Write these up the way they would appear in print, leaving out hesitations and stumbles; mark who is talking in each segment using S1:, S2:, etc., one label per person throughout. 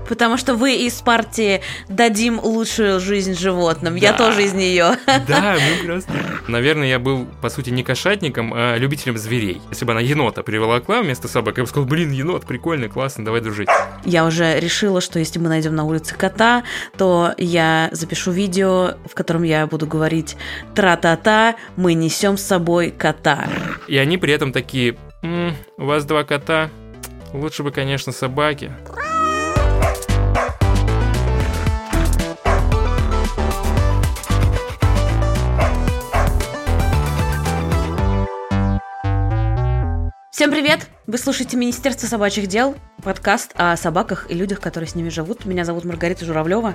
S1: Потому что вы из партии «Дадим лучшую жизнь животным». Да. Я тоже из нее.
S2: Да, мы просто... Наверное, я был, по сути, не кошатником, а любителем зверей. Если бы она енота приволокла вместо собак, я бы сказал, блин, енот, прикольный, классный, давай дружить.
S1: Я уже решила, что если мы найдем на улице кота, то я запишу видео, в котором я буду говорить «Тра-та-та, мы несем с собой кота».
S2: И они при этом такие: у вас 2 кота, лучше бы, конечно, собаки.
S1: Всем привет! Вы слушаете Министерство собачьих дел, подкаст о собаках и людях, которые с ними живут. Меня зовут Маргарита Журавлева.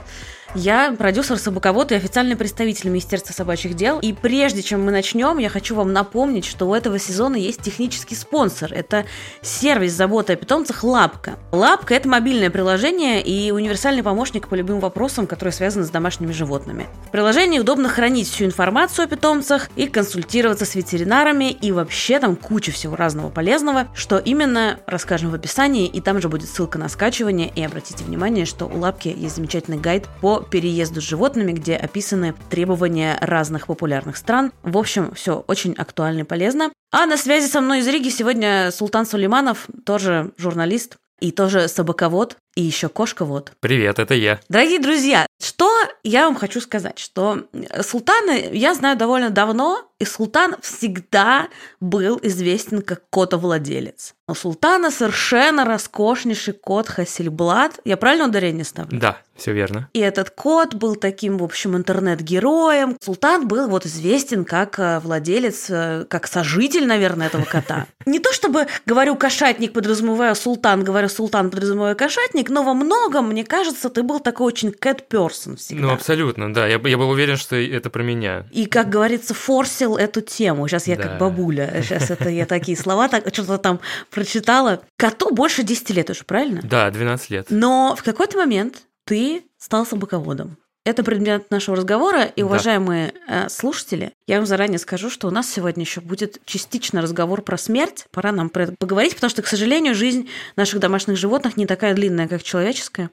S1: Я продюсер, собаковод и официальный представитель Министерства собачьих дел. И прежде чем мы начнем, я хочу вам напомнить, что у этого сезона есть технический спонсор. Это сервис заботы о питомцах «Лапка». «Лапка» — это мобильное приложение и универсальный помощник по любым вопросам, которые связаны с домашними животными. В приложении удобно хранить всю информацию о питомцах и консультироваться с ветеринарами, и вообще там куча всего разного полезного, что именно расскажем в описании, и там же будет ссылка на скачивание. И обратите внимание, что у «Лапки» есть замечательный гайд по переезду с животными, где описаны требования разных популярных стран. В общем, все очень актуально и полезно. А на связи со мной из Риги сегодня Султан Сулейманов, тоже журналист и тоже собаковод, и еще кошковод.
S2: Привет, это я.
S1: Дорогие друзья, что я вам хочу сказать, что Султана я знаю довольно давно, и Султан всегда был известен как котовладелец. У Султана совершенно роскошнейший кот Хассельблад. Я правильно ударение ставлю?
S2: Да, все верно.
S1: И этот кот был таким, в общем, интернет-героем. Султан был вот известен как владелец, как сожитель, наверное, этого кота. Не то чтобы говорю кошатник, подразумеваю султан, говорю султан, подразумеваю кошатник, но во многом, мне кажется, ты был такой очень cat-person всегда.
S2: Ну, абсолютно, да. Я был уверен, что это про меня.
S1: И, как говорится, форсил эту тему. Сейчас я как бабуля. Сейчас это я такие слова что-то там прочитала. Коту больше 10 лет уже, правильно?
S2: Да, 12 лет.
S1: Но в какой-то момент ты стал собаководом. Это предмет нашего разговора, и, уважаемые слушатели, я вам заранее скажу, что у нас сегодня еще будет частично разговор про смерть. Пора нам про это поговорить, потому что, к сожалению, жизнь наших домашних животных не такая длинная, как человеческая,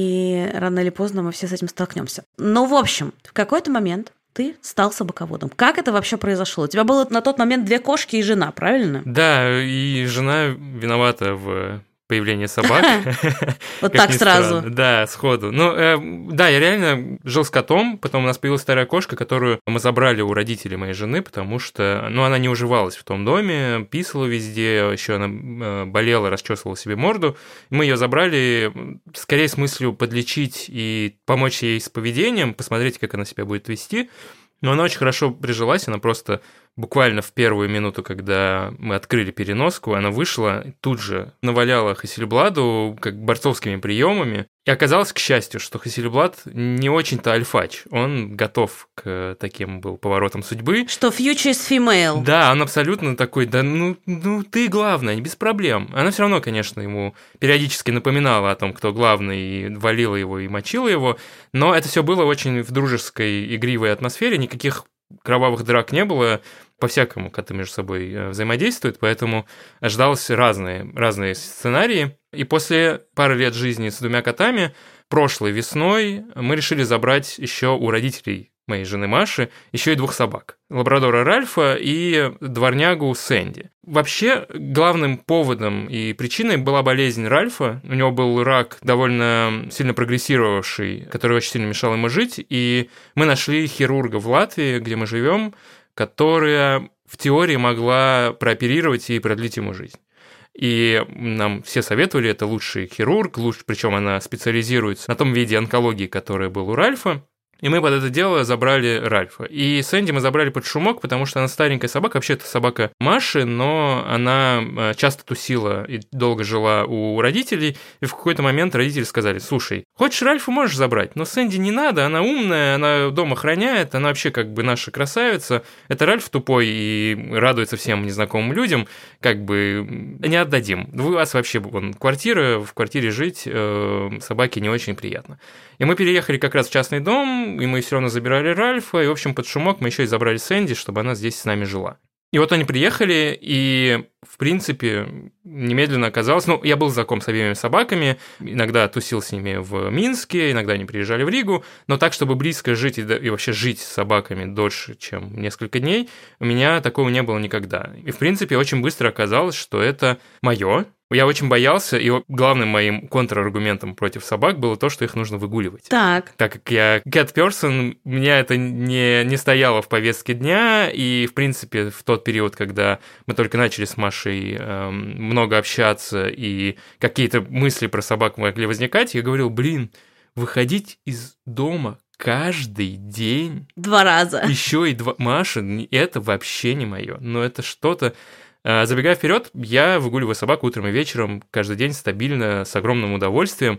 S1: и рано или поздно мы все с этим столкнемся. Но, в общем, в какой-то момент ты стал собаководом. Как это вообще произошло? У тебя было на тот момент 2 кошки и жена, правильно?
S2: Да, и жена виновата в появление собак.
S1: Вот так сразу.
S2: Да, сходу. Ну, да, я реально жил с котом, потом у нас появилась старая кошка, которую мы забрали у родителей моей жены, потому что, она не уживалась в том доме, писала везде, еще она болела, расчесывала себе морду. Мы ее забрали, скорее с мыслью подлечить и помочь ей с поведением, посмотреть, как она себя будет вести. Но она очень хорошо прижилась, она просто буквально в первую минуту, когда мы открыли переноску, она вышла, тут же наваляла Хассельбладу как борцовскими приемами. И оказалось, к счастью, что Хассельблад не очень-то альфач. Он готов к таким был поворотам судьбы.
S1: Что future is female.
S2: Да, он абсолютно такой, да ну ты главная, без проблем. Она все равно, конечно, ему периодически напоминала о том, кто главный, и валила его, и мочила его. Но это все было очень в дружеской, игривой атмосфере, никаких кровавых драк не было. По-всякому коты между собой взаимодействуют, поэтому ожидалось разные сценарии. И после пары лет жизни с 2 котами, прошлой весной мы решили забрать еще у родителей моей жены Маши еще и 2 собак. Лабрадора Ральфа и дворнягу Сэнди. Вообще, главным поводом и причиной была болезнь Ральфа. У него был рак довольно сильно прогрессировавший, который очень сильно мешал ему жить. И мы нашли хирурга в Латвии, где мы живем, которая в теории могла прооперировать и продлить ему жизнь. И нам все советовали, это лучший хирург, причем она специализируется на том виде онкологии, который был у Ральфа. И мы под это дело забрали Ральфа. И Сэнди мы забрали под шумок, потому что она старенькая собака. Вообще, это собака Маши, но она часто тусила и долго жила у родителей. И в какой-то момент родители сказали: слушай, хочешь Ральфа, можешь забрать, но Сэнди не надо, она умная, она дом охраняет, она вообще как бы наша красавица. Это Ральф тупой и радуется всем незнакомым людям, как бы не отдадим. У вас вообще квартира, в квартире жить собаке не очень приятно. И мы переехали как раз в частный дом, и мы все равно забирали Ральфа, и, в общем, под шумок мы еще и забрали Сэнди, чтобы она здесь с нами жила. И вот они приехали, и в принципе, немедленно оказалось... Ну, я был знаком с обеими собаками, иногда тусил с ними в Минске, иногда они приезжали в Ригу, но так, чтобы близко жить и вообще жить с собаками дольше, чем несколько дней, у меня такого не было никогда. И, в принципе, очень быстро оказалось, что это моё. Я очень боялся, и главным моим контраргументом против собак было то, что их нужно выгуливать.
S1: Так
S2: как я cat person, у меня это не стояло в повестке дня, и, в принципе, в тот период, когда мы только начали с Машей много общаться, и какие-то мысли про собак могли возникать, я говорил, выходить из дома каждый день.
S1: 2 раза.
S2: Еще и 2. Маша, это вообще не мое. Но это что-то... Забегая вперед, я выгуливаю собаку утром и вечером, каждый день стабильно, с огромным удовольствием.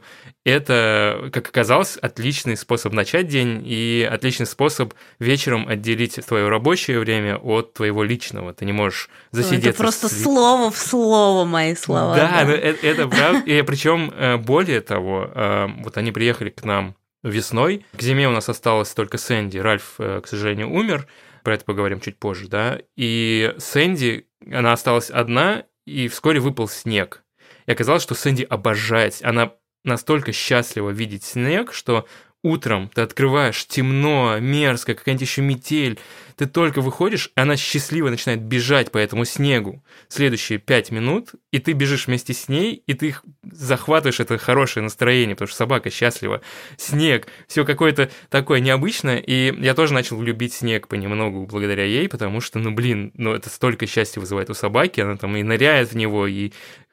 S2: Это, как оказалось, отличный способ начать день и отличный способ вечером отделить твое рабочее время от твоего личного. Ты не можешь засидеться.
S1: Это просто слово в слово мои слова.
S2: Да, это правда. И причем, более того, вот они приехали к нам весной. К зиме у нас осталось только Сэнди. Ральф, к сожалению, умер. Про это поговорим чуть позже, да. И Сэнди, она осталась одна, и вскоре выпал снег. И оказалось, что Сэнди обожает. Она настолько счастлива видеть снег, что утром ты открываешь, темно, мерзко, какая-нибудь еще метель. Ты только выходишь, она счастливо начинает бежать по этому снегу следующие 5 минут, и ты бежишь вместе с ней, и ты захватываешь это хорошее настроение, потому что собака счастлива. Снег, все какое-то такое необычное, и я тоже начал любить снег понемногу благодаря ей, потому что, это столько счастья вызывает у собаки, она там и ныряет в него, и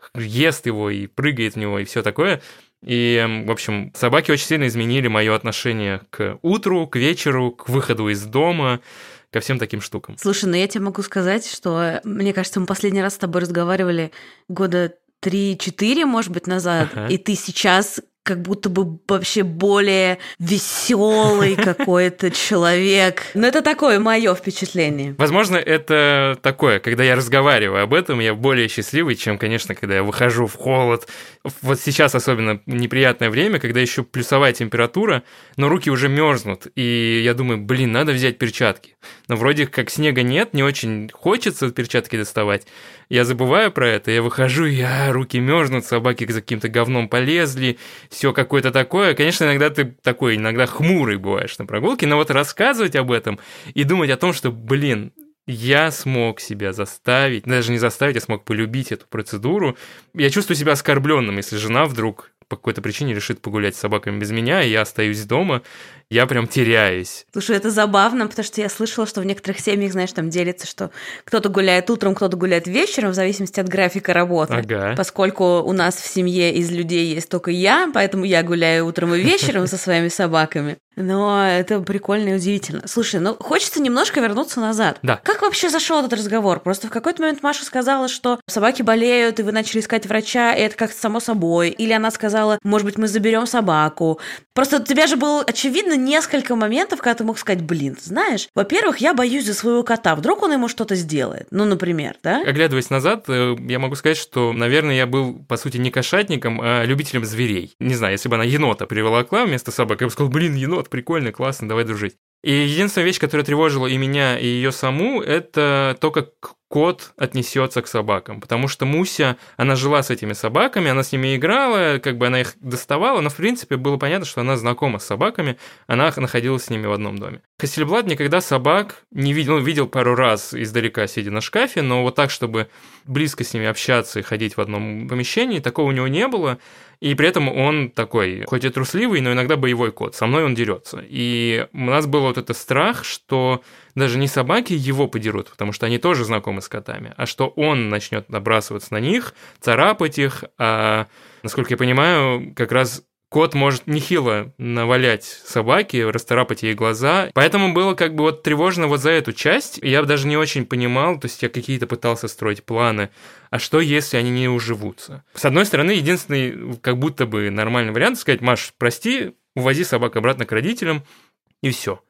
S2: ест его, и прыгает в него, и все такое. И, в общем, собаки очень сильно изменили мое отношение к утру, к вечеру, к выходу из дома, ко всем таким штукам.
S1: Слушай, я тебе могу сказать, что, мне кажется, мы последний раз с тобой разговаривали года 3-4, может быть, назад, и ты сейчас как будто бы вообще более веселый какой-то человек. Но это такое мое впечатление.
S2: Возможно, это такое, когда я разговариваю об этом, я более счастливый, чем, конечно, когда я выхожу в холод. Вот сейчас особенно неприятное время, когда еще плюсовая температура, но руки уже мерзнут, и я думаю, надо взять перчатки. Но вроде как снега нет, не очень хочется перчатки доставать. Я забываю про это, я выхожу, руки мерзнут, собаки за каким-то говном полезли, все какое-то такое. Конечно, иногда ты такой, иногда хмурый бываешь на прогулке, но вот рассказывать об этом и думать о том, что, я смог себя заставить, даже не заставить, я смог полюбить эту процедуру. Я чувствую себя оскорбленным, если жена вдруг по какой-то причине решит погулять с собаками без меня, и я остаюсь дома, я прям теряюсь.
S1: Слушай, это забавно, потому что я слышала, что в некоторых семьях, знаешь, там делится, что кто-то гуляет утром, кто-то гуляет вечером, в зависимости от графика работы.
S2: Ага.
S1: Поскольку у нас в семье из людей есть только я, поэтому я гуляю утром и вечером со своими собаками. Но это прикольно и удивительно. Слушай, хочется немножко вернуться назад.
S2: Да.
S1: Как вообще зашел этот разговор? Просто в какой-то момент Маша сказала, что собаки болеют, и вы начали искать врача, и это как-то само собой. Или она сказала, может быть, мы заберем собаку. Просто у тебя же было, очевидно, несколько моментов, когда ты мог сказать, знаешь, во-первых, я боюсь за своего кота. Вдруг он ему что-то сделает. Например, да?
S2: Оглядываясь назад, я могу сказать, что, наверное, я был, по сути, не кошатником, а любителем зверей. Не знаю, если бы она енота приволокла вместо собак, я бы сказал, енот, прикольно, классно, давай дружить. И единственная вещь, которая тревожила и меня, и ее саму, это то, как кот отнесется к собакам. Потому что Муся, она жила с этими собаками, она с ними играла, она их доставала, но, в принципе, было понятно, что она знакома с собаками, она находилась с ними в одном доме. Хасельблад никогда собак не видел, видел пару раз издалека, сидя на шкафе, но вот так, чтобы близко с ними общаться и ходить в одном помещении, такого у него не было. И при этом он такой, хоть и трусливый, но иногда боевой кот. Со мной он дерется. И у нас был вот этот страх, что даже не собаки его подерут, потому что они тоже знакомы с котами, а что он начнет набрасываться на них, царапать их. А, насколько я понимаю, как раз кот может нехило навалять собаке, расцарапать ей глаза. Поэтому было тревожно за эту часть. Я даже не очень понимал, то есть я какие-то пытался строить планы. А что, если они не уживутся? С одной стороны, единственный как будто бы нормальный вариант сказать, Маш, прости, увози собак обратно к родителям, и все.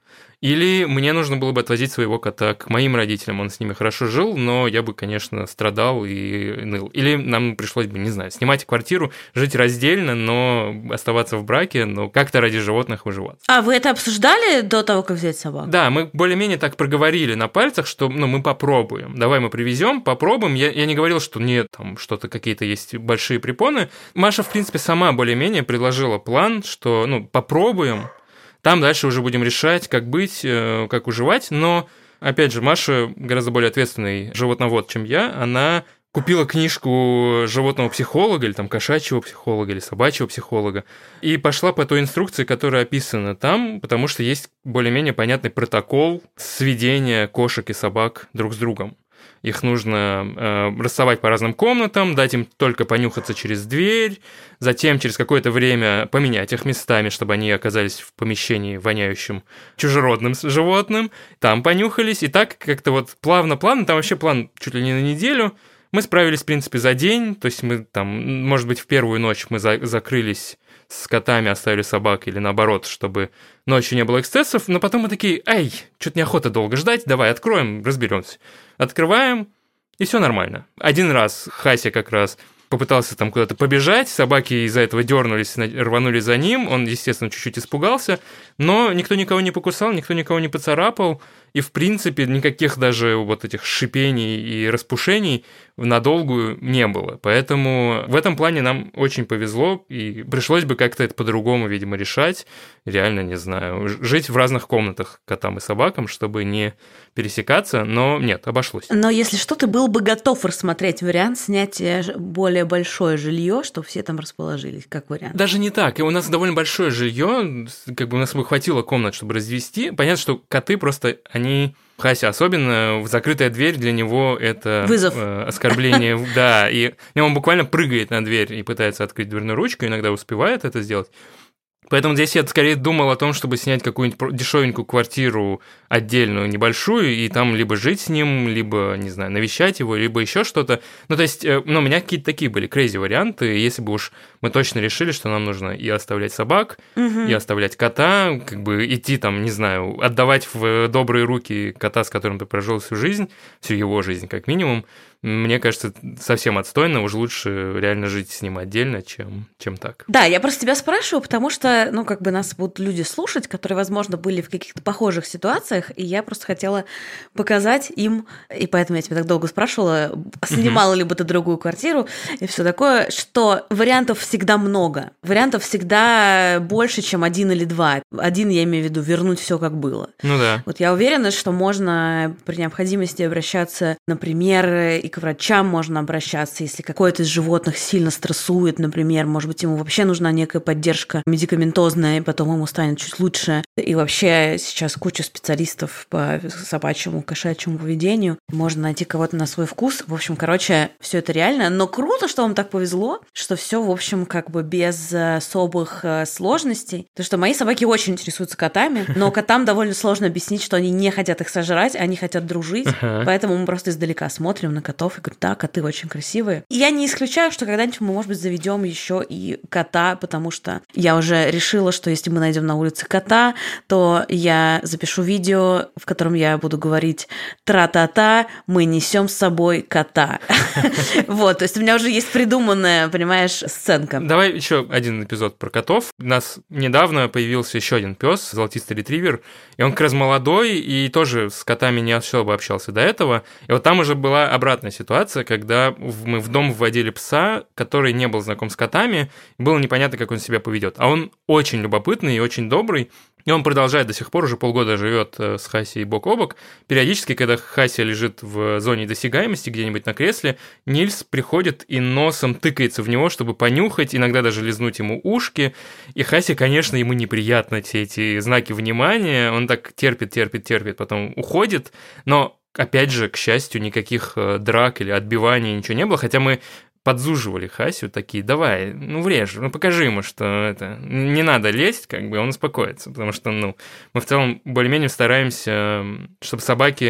S2: Или мне нужно было бы отвозить своего кота к моим родителям, он с ними хорошо жил, но я бы, конечно, страдал и ныл. Или нам пришлось бы, не знаю, снимать квартиру, жить раздельно, но оставаться в браке, но как-то ради животных выживать.
S1: А вы это обсуждали до того, как взять собаку?
S2: Да, мы более-менее так проговорили на пальцах, что мы попробуем. Давай мы привезем, попробуем. Я не говорил, что нет, там что-то какие-то есть большие препоны. Маша, в принципе, сама более-менее предложила план, что попробуем. Там дальше уже будем решать, как быть, как уживать, но, опять же, Маша гораздо более ответственный животновод, чем я, она купила книжку животного психолога, или там кошачьего психолога, или собачьего психолога, и пошла по той инструкции, которая описана там, потому что есть более-менее понятный протокол сведения кошек и собак друг с другом. Их нужно рассовать по разным комнатам, дать им только понюхаться через дверь, затем через какое-то время поменять их местами, чтобы они оказались в помещении, воняющем чужеродным животным, там понюхались, и так как-то плавно-плавно, там вообще план чуть ли не на неделю. Мы справились, в принципе, за день, то есть мы там, может быть, в первую ночь мы закрылись с котами, оставили собак или наоборот, чтобы ночью не было эксцессов, но потом мы такие, что-то неохота долго ждать, давай откроем, разберемся. Открываем, и все нормально. Один раз Хася как раз попытался там куда-то побежать, собаки из-за этого дернулись, рванули за ним, он, естественно, чуть-чуть испугался, но никто никого не покусал, никто никого не поцарапал, и, в принципе, никаких даже этих шипений и распушений на долгую не было. Поэтому в этом плане нам очень повезло, и пришлось бы как-то это по-другому, видимо, решать. Реально, не знаю, жить в разных комнатах котам и собакам, чтобы не пересекаться, но нет, обошлось.
S1: Но если что, ты был бы готов рассмотреть вариант снять более большое жилье, чтобы все там расположились, как вариант?
S2: Даже не так. И у нас довольно большое жилье, у нас бы хватило комнат, чтобы развести. Понятно, что коты просто, Хася особенно, закрытая дверь для него это
S1: вызов.
S2: Оскорбление, да, и он буквально прыгает на дверь и пытается открыть дверную ручку, иногда успевает это сделать. Поэтому здесь я скорее думал о том, чтобы снять какую-нибудь дешевенькую квартиру отдельную, небольшую, и там либо жить с ним, либо, не знаю, навещать его, либо еще что-то. То есть, у меня какие-то такие были crazy варианты, если бы уж мы точно решили, что нам нужно и оставлять собак, и оставлять кота, идти там, не знаю, отдавать в добрые руки кота, с которым ты прожил всю жизнь, всю его жизнь как минимум, мне кажется, совсем отстойно, уж лучше реально жить с ним отдельно, чем так.
S1: Да, я просто тебя спрашиваю, потому что, нас будут люди слушать, которые, возможно, были в каких-то похожих ситуациях, и я просто хотела показать им, и поэтому я тебя так долго спрашивала, снимала ли бы ты другую квартиру и все такое, что вариантов всегда много. Вариантов всегда больше, чем один или два. Один, я имею в виду, вернуть все как было.
S2: Ну да.
S1: Я уверена, что можно при необходимости обращаться, например, и к врачам можно обращаться, если какое-то из животных сильно стрессует, например, может быть, ему вообще нужна некая поддержка медикаментозная, и потом ему станет чуть лучше. И вообще сейчас куча специалистов по собачьему, кошачьему поведению. Можно найти кого-то на свой вкус. В общем, все это реально. Но круто, что вам так повезло, что все, в общем, без особых сложностей. Потому что мои собаки очень интересуются котами, но котам довольно сложно объяснить, что они не хотят их сожрать, они хотят дружить. Поэтому мы просто издалека смотрим на котов и говорю, да, коты очень красивые. И я не исключаю, что когда-нибудь мы, может быть, заведем еще и кота, потому что я уже решила, что если мы найдем на улице кота, то я запишу видео, в котором я буду говорить тра-та-та, мы несем с собой кота. То есть у меня уже есть придуманная, понимаешь, сценка.
S2: Давай еще один эпизод про котов. У нас недавно появился еще один пес, золотистый ретривер, и он как раз молодой, и тоже с котами не особо общался до этого. И там уже была обратная ситуация, когда мы в дом вводили пса, который не был знаком с котами, и было непонятно, как он себя поведет. А он очень любопытный и очень добрый, и он продолжает до сих пор, уже полгода живет с Хасей бок о бок. Периодически, когда Хася лежит в зоне досягаемости где-нибудь на кресле, Нильс приходит и носом тыкается в него, чтобы понюхать, иногда даже лизнуть ему ушки. И Хасе, конечно, ему неприятно все эти знаки внимания, он так терпит, потом уходит, но опять же, к счастью, никаких драк или отбиваний, ничего не было, хотя мы подзуживали Хасю, такие, давай, врежь, покажи ему, что это не надо лезть, он успокоится, потому что, мы в целом более-менее стараемся, чтобы собаки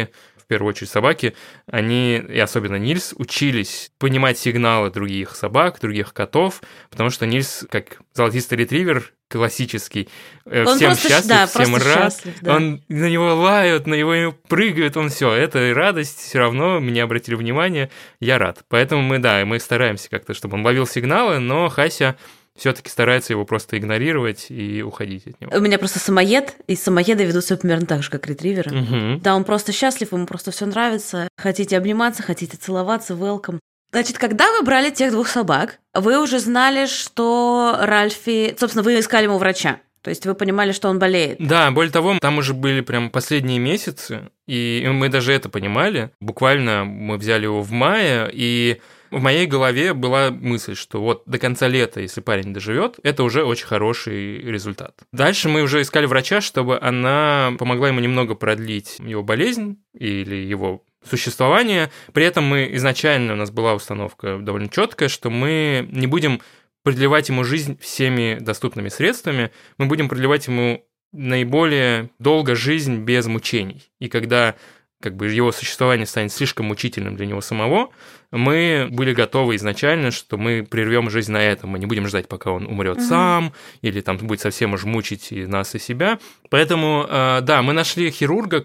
S2: в первую очередь собаки, они, и особенно Нильс, учились понимать сигналы других собак, других котов, потому что Нильс, как золотистый ретривер, классический,
S1: он
S2: всем
S1: просто,
S2: счастлив,
S1: да,
S2: всем
S1: просто
S2: рад,
S1: счастлив, да.
S2: он на него лают, на него прыгают, он все, это радость, все равно меня обратили внимание, я рад. Поэтому мы стараемся как-то, чтобы он ловил сигналы, но Хася все-таки старается его просто игнорировать и уходить от него.
S1: У меня просто самоед, и самоеды ведут себя примерно так же, как ретриверы.
S2: Угу.
S1: Да, он просто счастлив, ему просто все нравится. Хотите обниматься, хотите целоваться, welcome. Значит, когда вы брали тех 2 собак, вы уже знали, что Ральфи... Собственно, вы искали ему врача. То есть вы понимали, что он болеет.
S2: Да, более того, там уже были прям последние месяцы, и мы даже это понимали. Буквально мы взяли его в мае, и в моей голове была мысль, что вот до конца лета, если парень доживет, это уже очень хороший результат. Дальше мы уже искали врача, чтобы она помогла ему немного продлить его болезнь или его существование. При этом у нас была установка довольно четкая, что мы не будем продлевать ему жизнь всеми доступными средствами, мы будем продлевать ему наиболее долго жизнь без мучений. И когда его существование станет слишком мучительным для него самого, мы были готовы изначально, что мы прервем жизнь на этом, мы не будем ждать, пока он умрет сам, или там будет совсем уж мучить и нас, и себя. Поэтому, да, мы нашли хирурга,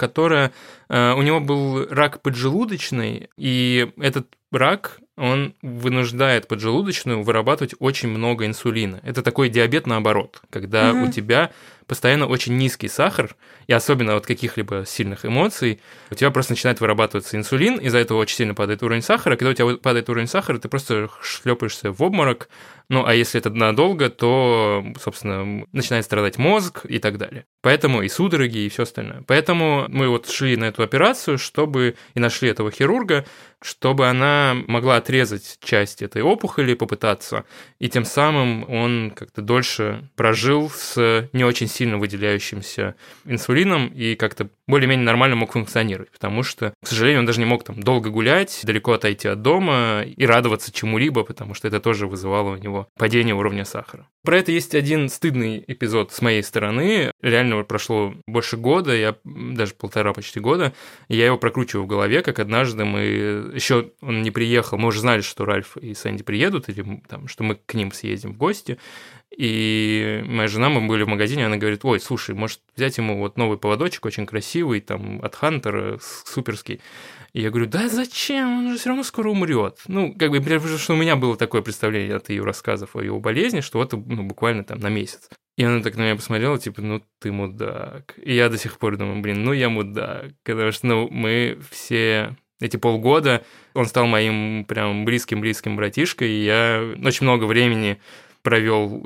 S2: у него был рак поджелудочной, и этот рак, он вынуждает поджелудочную вырабатывать очень много инсулина. Это такой диабет наоборот, когда у тебя постоянно очень низкий сахар, и особенно от каких-либо сильных эмоций, у тебя просто начинает вырабатываться инсулин, из-за этого очень сильно падает уровень сахара. Когда у тебя падает уровень сахара, ты просто шлепаешься в обморок. Ну, а если это надолго, то, собственно, начинает страдать мозг и так далее. Поэтому и судороги, и все остальное. Поэтому мы вот шли на эту операцию, и нашли этого хирурга, чтобы она могла отрезать часть этой опухоли, попытаться, и тем самым он как-то дольше прожил с не очень сильно выделяющимся инсулином и как-то более-менее нормально мог функционировать, потому что, к сожалению, он даже не мог там долго гулять, далеко отойти от дома и радоваться чему-либо, потому что это тоже вызывало у него падение уровня сахара. Про это есть один стыдный эпизод с моей стороны. Реально прошло больше года, даже 1,5 почти года, и я его прокручиваю в голове, как однажды еще он не приехал, мы уже знали, что Ральф и Сэнди приедут, или там, что мы к ним съездим в гости, и моя жена, мы были в магазине, она говорит: ой, слушай, может взять ему вот новый поводочек, очень красивый, там, от Хантера, суперский. И я говорю: да зачем, он же все равно скоро умрет. Ну, потому что у меня было такое представление от ее рассказов о его болезни, что это буквально там на месяц. И она так на меня посмотрела, типа: ну ты мудак. И я до сих пор думаю: я мудак. Потому что, мы все эти полгода, он стал моим прям близким-близким братишкой, и я очень много времени провел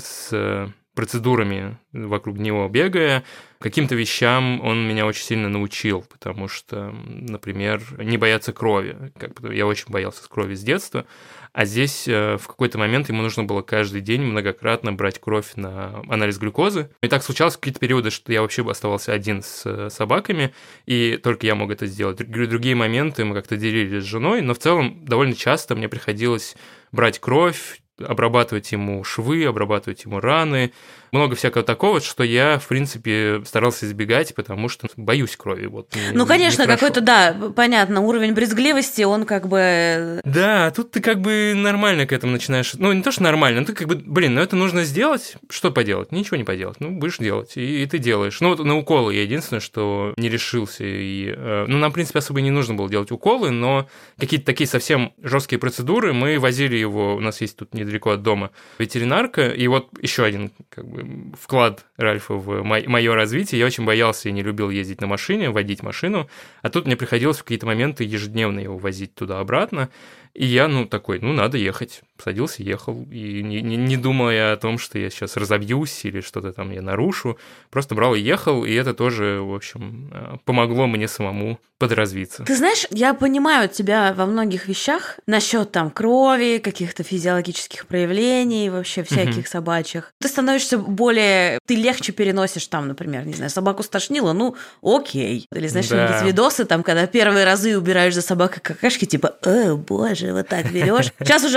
S2: с процедурами вокруг него бегая. Каким-то вещам он меня очень сильно научил, потому что, например, не бояться крови. Я очень боялся крови с детства, а здесь в какой-то момент ему нужно было каждый день многократно брать кровь на анализ глюкозы. И так случалось в какие-то периоды, что я вообще оставался один с собаками, и только я мог это сделать. Другие моменты мы как-то делили с женой, но в целом довольно часто мне приходилось брать кровь, обрабатывать ему швы, обрабатывать ему раны, много всякого такого, что я, в принципе, старался избегать, потому что боюсь крови.
S1: Конечно, какой-то, да, понятно, уровень брезгливости, он как бы...
S2: Да, тут ты как бы нормально к этому начинаешь... не то, что нормально, но ты как бы, это нужно сделать, что поделать? Ничего не поделать, будешь делать, и ты делаешь. на уколы я единственное, что не решился, нам, в принципе, особо не нужно было делать уколы, но какие-то такие совсем жесткие процедуры, мы возили его, у нас есть тут недалеко от дома ветеринарка, и вот еще один вклад Ральфа в мое развитие. Я очень боялся и не любил ездить на машине, водить машину, а тут мне приходилось в какие-то моменты ежедневно его возить туда-обратно, и я, такой, надо ехать. Садился, ехал, и не думая о том, что я сейчас разобьюсь или что-то там я нарушу, просто брал и ехал, и это тоже, в общем, помогло мне самому подразвиться.
S1: Ты знаешь, я понимаю тебя во многих вещах насчет там крови, каких-то физиологических проявлений, вообще всяких собачьих. Ты становишься ты легче переносишь там, например, не знаю, собаку стошнило, окей. Или знаешь, какие-то видосы там, когда первые разы убираешь за собакой какашки, типа: о, боже, вот так берешь. Сейчас уже одной рукой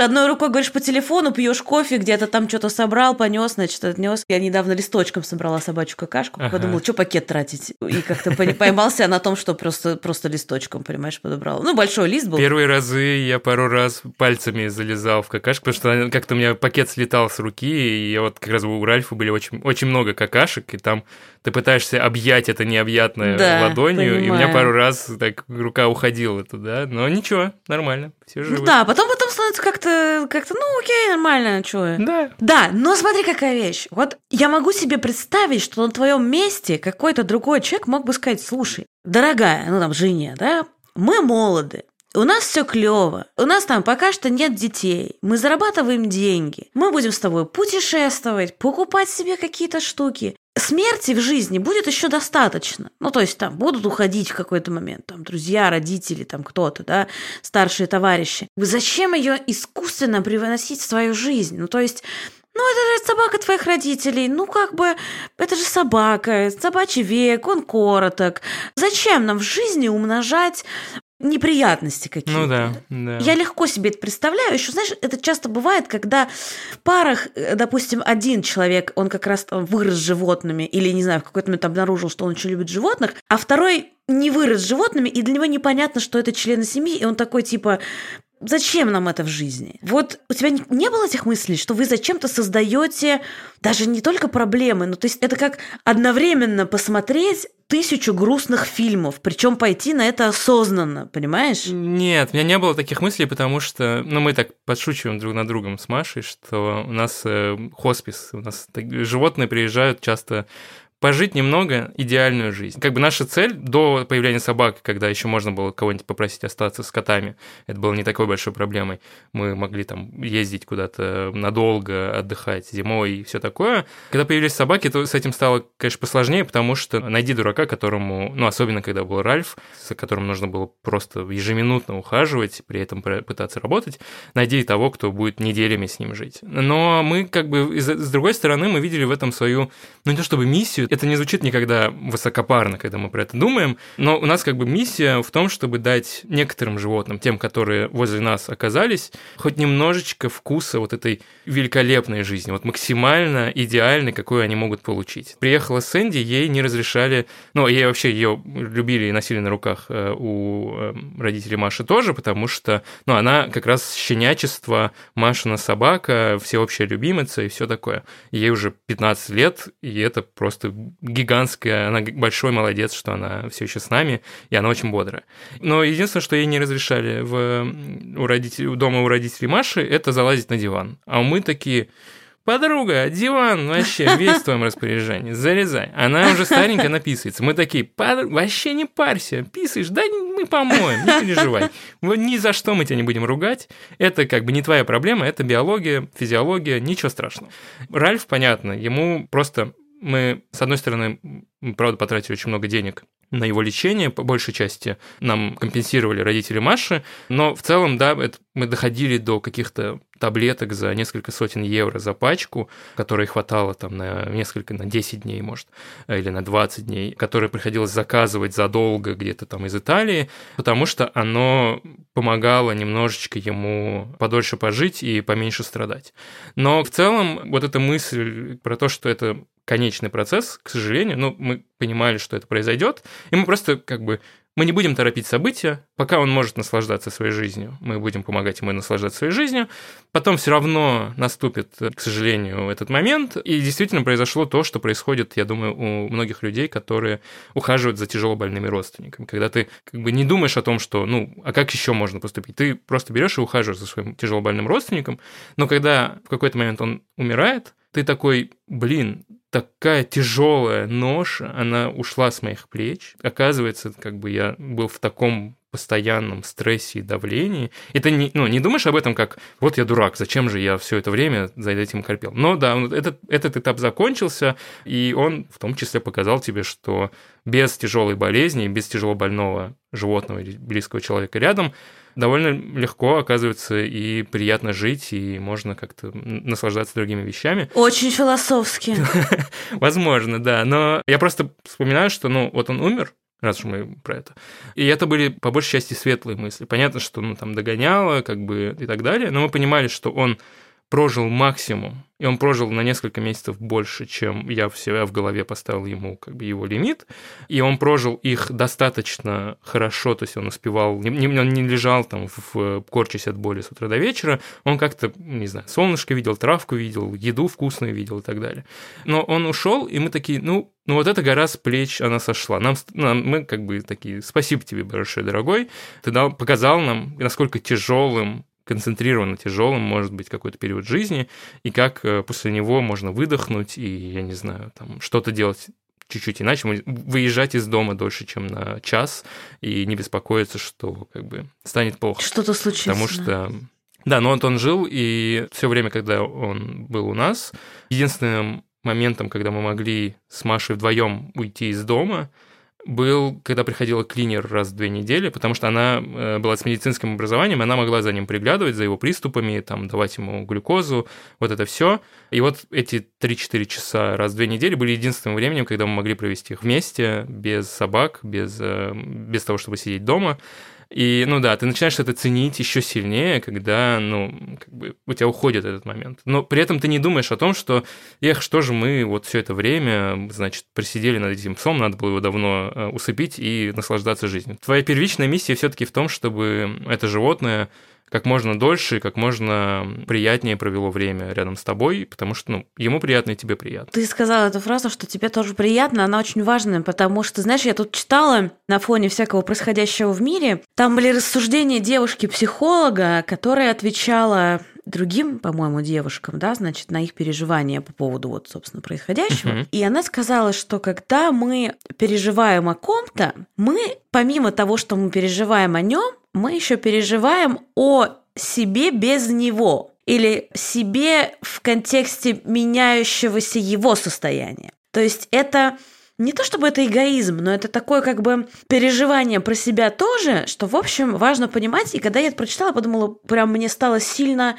S1: говоришь по телефону, пьешь кофе, где-то там что-то собрал, понес, значит, отнес. Я недавно листочком собрала собачью какашку, подумала, что пакет тратить. И как-то поймался на том, что просто листочком, понимаешь, подобрала. Ну, большой лист был.
S2: Первые разы я пару раз пальцами залезал в какашку, потому что как-то у меня пакет слетал с руки, и вот как раз у Ральфа были очень много какашек, и там ты пытаешься объять это необъятное ладонью,
S1: понимаю.
S2: И у меня пару раз так рука уходила туда, но ничего, нормально, все живы.
S1: Ну да, потом становится как-то, ну окей, нормально, чё.
S2: Да.
S1: Да, но смотри, какая вещь. Вот я могу себе представить, что на твоем месте какой-то другой человек мог бы сказать, слушай, дорогая, ну там, жене, да, мы молоды, у нас все клево, у нас там пока что нет детей, мы зарабатываем деньги, мы будем с тобой путешествовать, покупать себе какие-то штуки. Смерти в жизни будет еще достаточно. Ну, то есть там будут уходить в какой-то момент, там, друзья, родители, там, кто-то, да, старшие товарищи. Зачем ее искусственно привносить в свою жизнь? Ну, то есть... Ну, это же собака твоих родителей. Ну, как бы, это же собака, собачий век, он короток. Зачем нам в жизни умножать неприятности какие-то?
S2: Ну да.
S1: Я легко себе это представляю. Еще, знаешь, это часто бывает, когда в парах, допустим, один человек, он как раз там вырос с животными, или, не знаю, в какой-то момент обнаружил, что он очень любит животных, а второй не вырос с животными, и для него непонятно, что это члены семьи, и он такой, типа... Зачем нам это в жизни? Вот у тебя не было этих мыслей, что вы зачем-то создаете даже не только проблемы, но то есть это как одновременно посмотреть 1000 грустных фильмов, причем пойти на это осознанно, понимаешь?
S2: Нет, у меня не было таких мыслей, потому что, мы так подшучиваем друг над другом с Машей, что у нас хоспис, у нас животные приезжают часто пожить немного идеальную жизнь. Как бы наша цель до появления собак, когда еще можно было кого-нибудь попросить остаться с котами, это было не такой большой проблемой. Мы могли там ездить куда-то надолго, отдыхать зимой и все такое. Когда появились собаки, то с этим стало, конечно, посложнее, потому что найди дурака, которому, особенно когда был Ральф, с которым нужно было просто ежеминутно ухаживать, при этом пытаться работать, найди того, кто будет неделями с ним жить. Но мы как бы, с другой стороны, мы видели в этом свою, не то чтобы миссию, это не звучит никогда высокопарно, когда мы про это думаем, но у нас как бы миссия в том, чтобы дать некоторым животным, тем, которые возле нас оказались, хоть немножечко вкуса вот этой великолепной жизни, вот максимально идеальной, какую они могут получить. Приехала Сэнди, ей не разрешали, ей вообще ее любили и носили на руках у родителей Маши тоже, потому что, она как раз щенячество, Машина собака, всеобщая любимица и все такое. Ей уже 15 лет, и это просто гигантская, она большой молодец, что она все еще с нами, и она очень бодрая. Но единственное, что ей не разрешали дома у родителей Маши, это залазить на диван. А мы такие... Подруга, диван вообще весь в твоем распоряжении, залезай. Она уже старенькая написывается. Мы такие, вообще не парься, писаешь, да мы помоем, не переживай. Ни за что мы тебя не будем ругать. Это как бы не твоя проблема, это биология, физиология, ничего страшного. Ральф, понятно, ему просто... Мы, с одной стороны, правда, потратили очень много денег на его лечение, по большей части нам компенсировали родители Маши, но в целом, да, мы доходили до каких-то таблеток за несколько сотен евро за пачку, которой хватало там на 10 дней, может, или на 20 дней, которые приходилось заказывать задолго где-то там из Италии, потому что оно помогало немножечко ему подольше пожить и поменьше страдать. Но в целом вот эта мысль про то, что это конечный процесс, к сожалению, мы понимали, что это произойдет, и мы просто мы не будем торопить события, пока он может наслаждаться своей жизнью, мы будем помогать ему наслаждаться своей жизнью, потом все равно наступит, к сожалению, этот момент, и действительно произошло то, что происходит, я думаю, у многих людей, которые ухаживают за тяжелобольными родственниками, когда ты не думаешь о том, что, а как еще можно поступить, ты просто берешь и ухаживаешь за своим тяжелобольным родственником, но когда в какой-то момент он умирает, ты такой, такая тяжелая ноша, она ушла с моих плеч. Оказывается, я был в таком постоянном стрессе и давлении. И ты не думаешь об этом как «вот я дурак, зачем же я все это время за этим корпел». Но да, этот этап закончился, и он в том числе показал тебе, что без тяжелой болезни, без тяжелобольного животного или близкого человека рядом довольно легко, оказывается, и приятно жить, и можно как-то наслаждаться другими вещами.
S1: Очень философски.
S2: Возможно, да. Но я просто вспоминаю, что, вот он умер, раз уж мы про это. И это были, по большей части, светлые мысли. Понятно, что там догоняло, как бы, и так далее, но мы понимали, что он прожил максимум, и он прожил на несколько месяцев больше, чем я в себя в голове поставил ему как бы его лимит, и он прожил их достаточно хорошо, то есть он успевал, он не лежал там корчась от боли с утра до вечера, он как-то, не знаю, солнышко видел, травку видел, еду вкусную видел и так далее. Но он ушел, и мы такие, ну вот эта гора с плеч, она сошла. Мы как бы такие, спасибо тебе большое, дорогой, ты показал нам, насколько тяжелым, концентрированно тяжелым может быть какой-то период жизни, и как после него можно выдохнуть и, я не знаю, там что-то делать чуть-чуть иначе, выезжать из дома дольше, чем на час, и не беспокоиться, что как бы станет плохо.
S1: Что-то случится.
S2: Потому что... Да, но он жил, и все время, когда он был у нас, единственным моментом, когда мы могли с Машей вдвоем уйти из дома, был, когда приходила клинер раз в 2 недели, потому что она была с медицинским образованием, она могла за ним приглядывать, за его приступами, там, давать ему глюкозу, вот это все. И вот эти 3-4 часа раз в 2 недели были единственным временем, когда мы могли провести их вместе, без собак, без того, чтобы сидеть дома. И, ну да, ты начинаешь это ценить еще сильнее, когда, как бы у тебя уходит этот момент. Но при этом ты не думаешь о том, что, что же мы вот все это время, значит, просидели над этим псом, надо было его давно усыпить и наслаждаться жизнью. Твоя первичная миссия все-таки в том, чтобы это животное как можно дольше и как можно приятнее провело время рядом с тобой, потому что, ему приятно и тебе приятно.
S1: Ты сказала эту фразу, что тебе тоже приятно, она очень важная, потому что, знаешь, я тут читала на фоне всякого происходящего в мире, там были рассуждения девушки-психолога, которая отвечала другим, по-моему, девушкам, да, значит, на их переживания по поводу вот, собственно, происходящего. И она сказала, что когда мы переживаем о ком-то, мы, помимо того, что мы переживаем о нем, мы еще переживаем о себе без него или себе в контексте меняющегося его состояния. То есть это не то чтобы это эгоизм, но это такое как бы переживание про себя тоже, что, в общем, важно понимать. И когда я это прочитала, подумала, прям мне стало сильно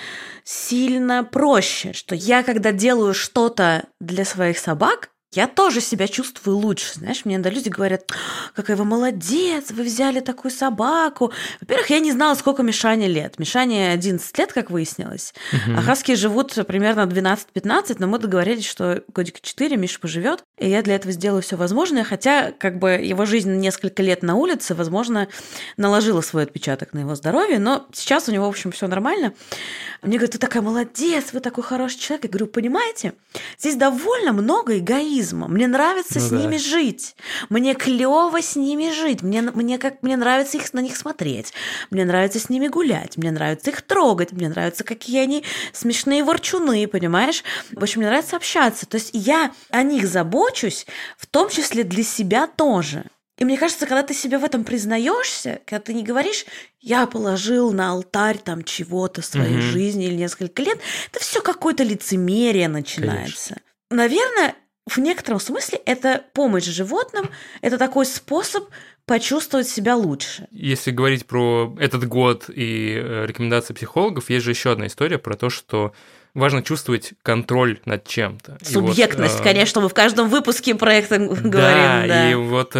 S1: проще, что я, когда делаю что-то для своих собак, я тоже себя чувствую лучше. Знаешь, мне иногда люди говорят, какая вы молодец, вы взяли такую собаку. Во-первых, я не знала, сколько Мишане лет. Мишане 11 лет, как выяснилось. А хаски живут примерно 12-15, но мы договорились, что годика 4 Миша поживет, и я для этого сделаю все возможное, хотя как бы его жизнь несколько лет на улице, возможно, наложила свой отпечаток на его здоровье, но сейчас у него, в общем, все нормально. Мне говорят, ты такая молодец, вы такой хороший человек. Я говорю, понимаете, здесь довольно много эгоизма. Мне нравится с ними жить. Мне клево с ними жить. Мне нравится на них смотреть. Мне нравится с ними гулять. Мне нравится их трогать. Мне нравится, какие они смешные ворчуны, понимаешь? В общем, мне нравится общаться. То есть я о них забочусь, в том числе для себя тоже. И мне кажется, когда ты себе в этом признаешься, когда ты не говоришь, я положил на алтарь там чего-то в своей жизни или несколько лет, это все какое-то лицемерие начинается. Конечно. Наверное, в некотором смысле это помощь животным, это такой способ почувствовать себя лучше.
S2: Если говорить про этот год и рекомендации психологов, есть же еще одна история про то, что важно чувствовать контроль над чем-то.
S1: Субъектность, конечно, мы в каждом выпуске проекта говорим.
S2: Да, и вот,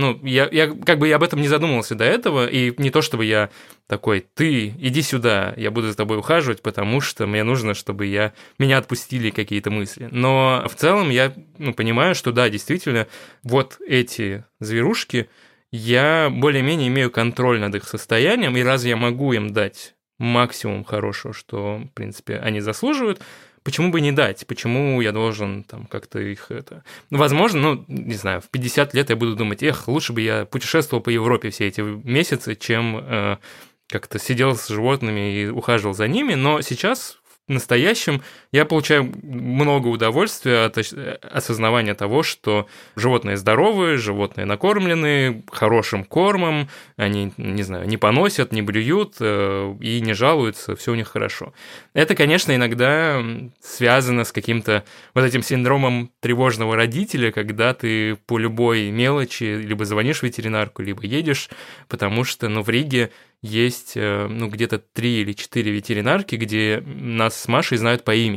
S2: я как бы об этом не задумывался до этого, и не то, чтобы я такой, ты, иди сюда, я буду за тобой ухаживать, потому что мне нужно, чтобы меня отпустили какие-то мысли. Но в целом я понимаю, что да, действительно, вот эти зверушки, я более-менее имею контроль над их состоянием, и раз я могу им дать максимум хорошего, что, в принципе, они заслуживают, почему бы не дать? Почему я должен там как-то их это... Возможно, не знаю, в 50 лет я буду думать, лучше бы я путешествовал по Европе все эти месяцы, чем как-то сидел с животными и ухаживал за ними, но сейчас... В настоящем я получаю много удовольствия от осознавания того, что животные здоровые, животные накормлены хорошим кормом, они, не знаю, не поносят, не блюют и не жалуются, все у них хорошо. Это, конечно, иногда связано с каким-то вот этим синдромом тревожного родителя, когда ты по любой мелочи либо звонишь в ветеринарку, либо едешь, потому что, в Риге есть где-то 3 или 4 ветеринарки, где нас с Машей знают по имени.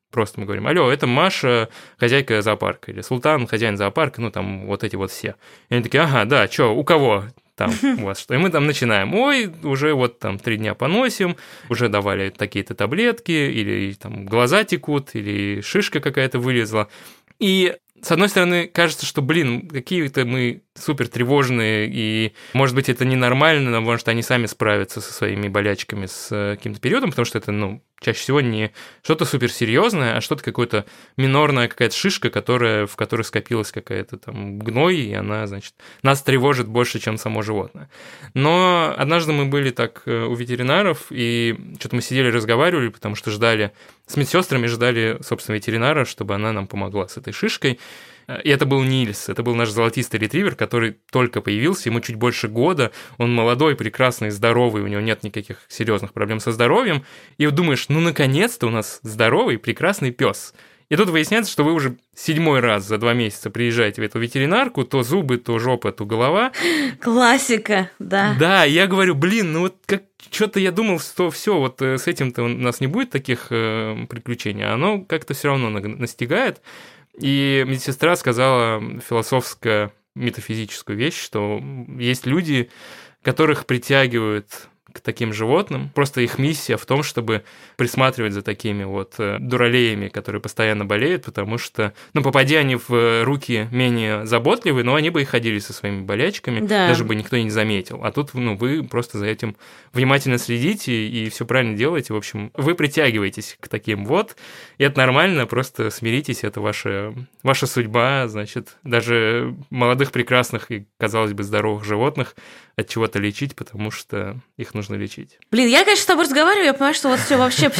S2: Просто мы говорим: алло, это Маша, хозяйка зоопарка, или Султан, хозяин зоопарка, ну, там, вот эти вот все. И они такие: ага, да, что, у кого там у вас что? И мы там начинаем: ой, уже вот там 3 дня поносим, уже давали такие-то таблетки, или там глаза текут, или шишка какая-то вылезла. И с одной стороны, кажется, что, какие-то мы супер тревожные, и, может быть, это ненормально, но, может, они сами справятся со своими болячками с каким-то периодом, потому что это, чаще всего не что-то суперсерьезное, а что-то какое-то минорная какая-то шишка, в которой скопилась какая-то там гной, и она, значит, нас тревожит больше, чем само животное. Но однажды мы были так у ветеринаров, и что-то мы сидели, разговаривали, потому что с медсестрами ждали, собственно, ветеринара, чтобы она нам помогла с этой шишкой. И это был Нильс, это был наш золотистый ретривер, который только появился, ему чуть больше года, он молодой, прекрасный, здоровый, у него нет никаких серьезных проблем со здоровьем, и вот думаешь, наконец-то у нас здоровый, прекрасный пес. И тут выясняется, что вы уже 7-й раз за 2 месяца приезжаете в эту ветеринарку, то зубы, то жопа, то голова.
S1: Классика, да.
S2: Да, я говорю: что-то я думал, что все, вот с этим-то у нас не будет таких приключений, а оно как-то все равно настигает. И медсестра сказала философско-метафизическую вещь, что есть люди, которых притягивают к таким животным. Просто их миссия в том, чтобы присматривать за такими вот дуралеями, которые постоянно болеют, потому что, попадя они в руки менее заботливые, но они бы и ходили со своими болячками,
S1: да.
S2: Даже бы никто и не заметил. А тут, вы просто за этим внимательно следите и все правильно делаете. В общем, вы притягиваетесь к таким вот, и это нормально, просто смиритесь, это ваша судьба, значит, даже молодых, прекрасных и, казалось бы, здоровых животных от чего-то лечить, потому что их нужно лечить.
S1: Я, конечно, с тобой разговариваю, я понимаю, что вот все вообще,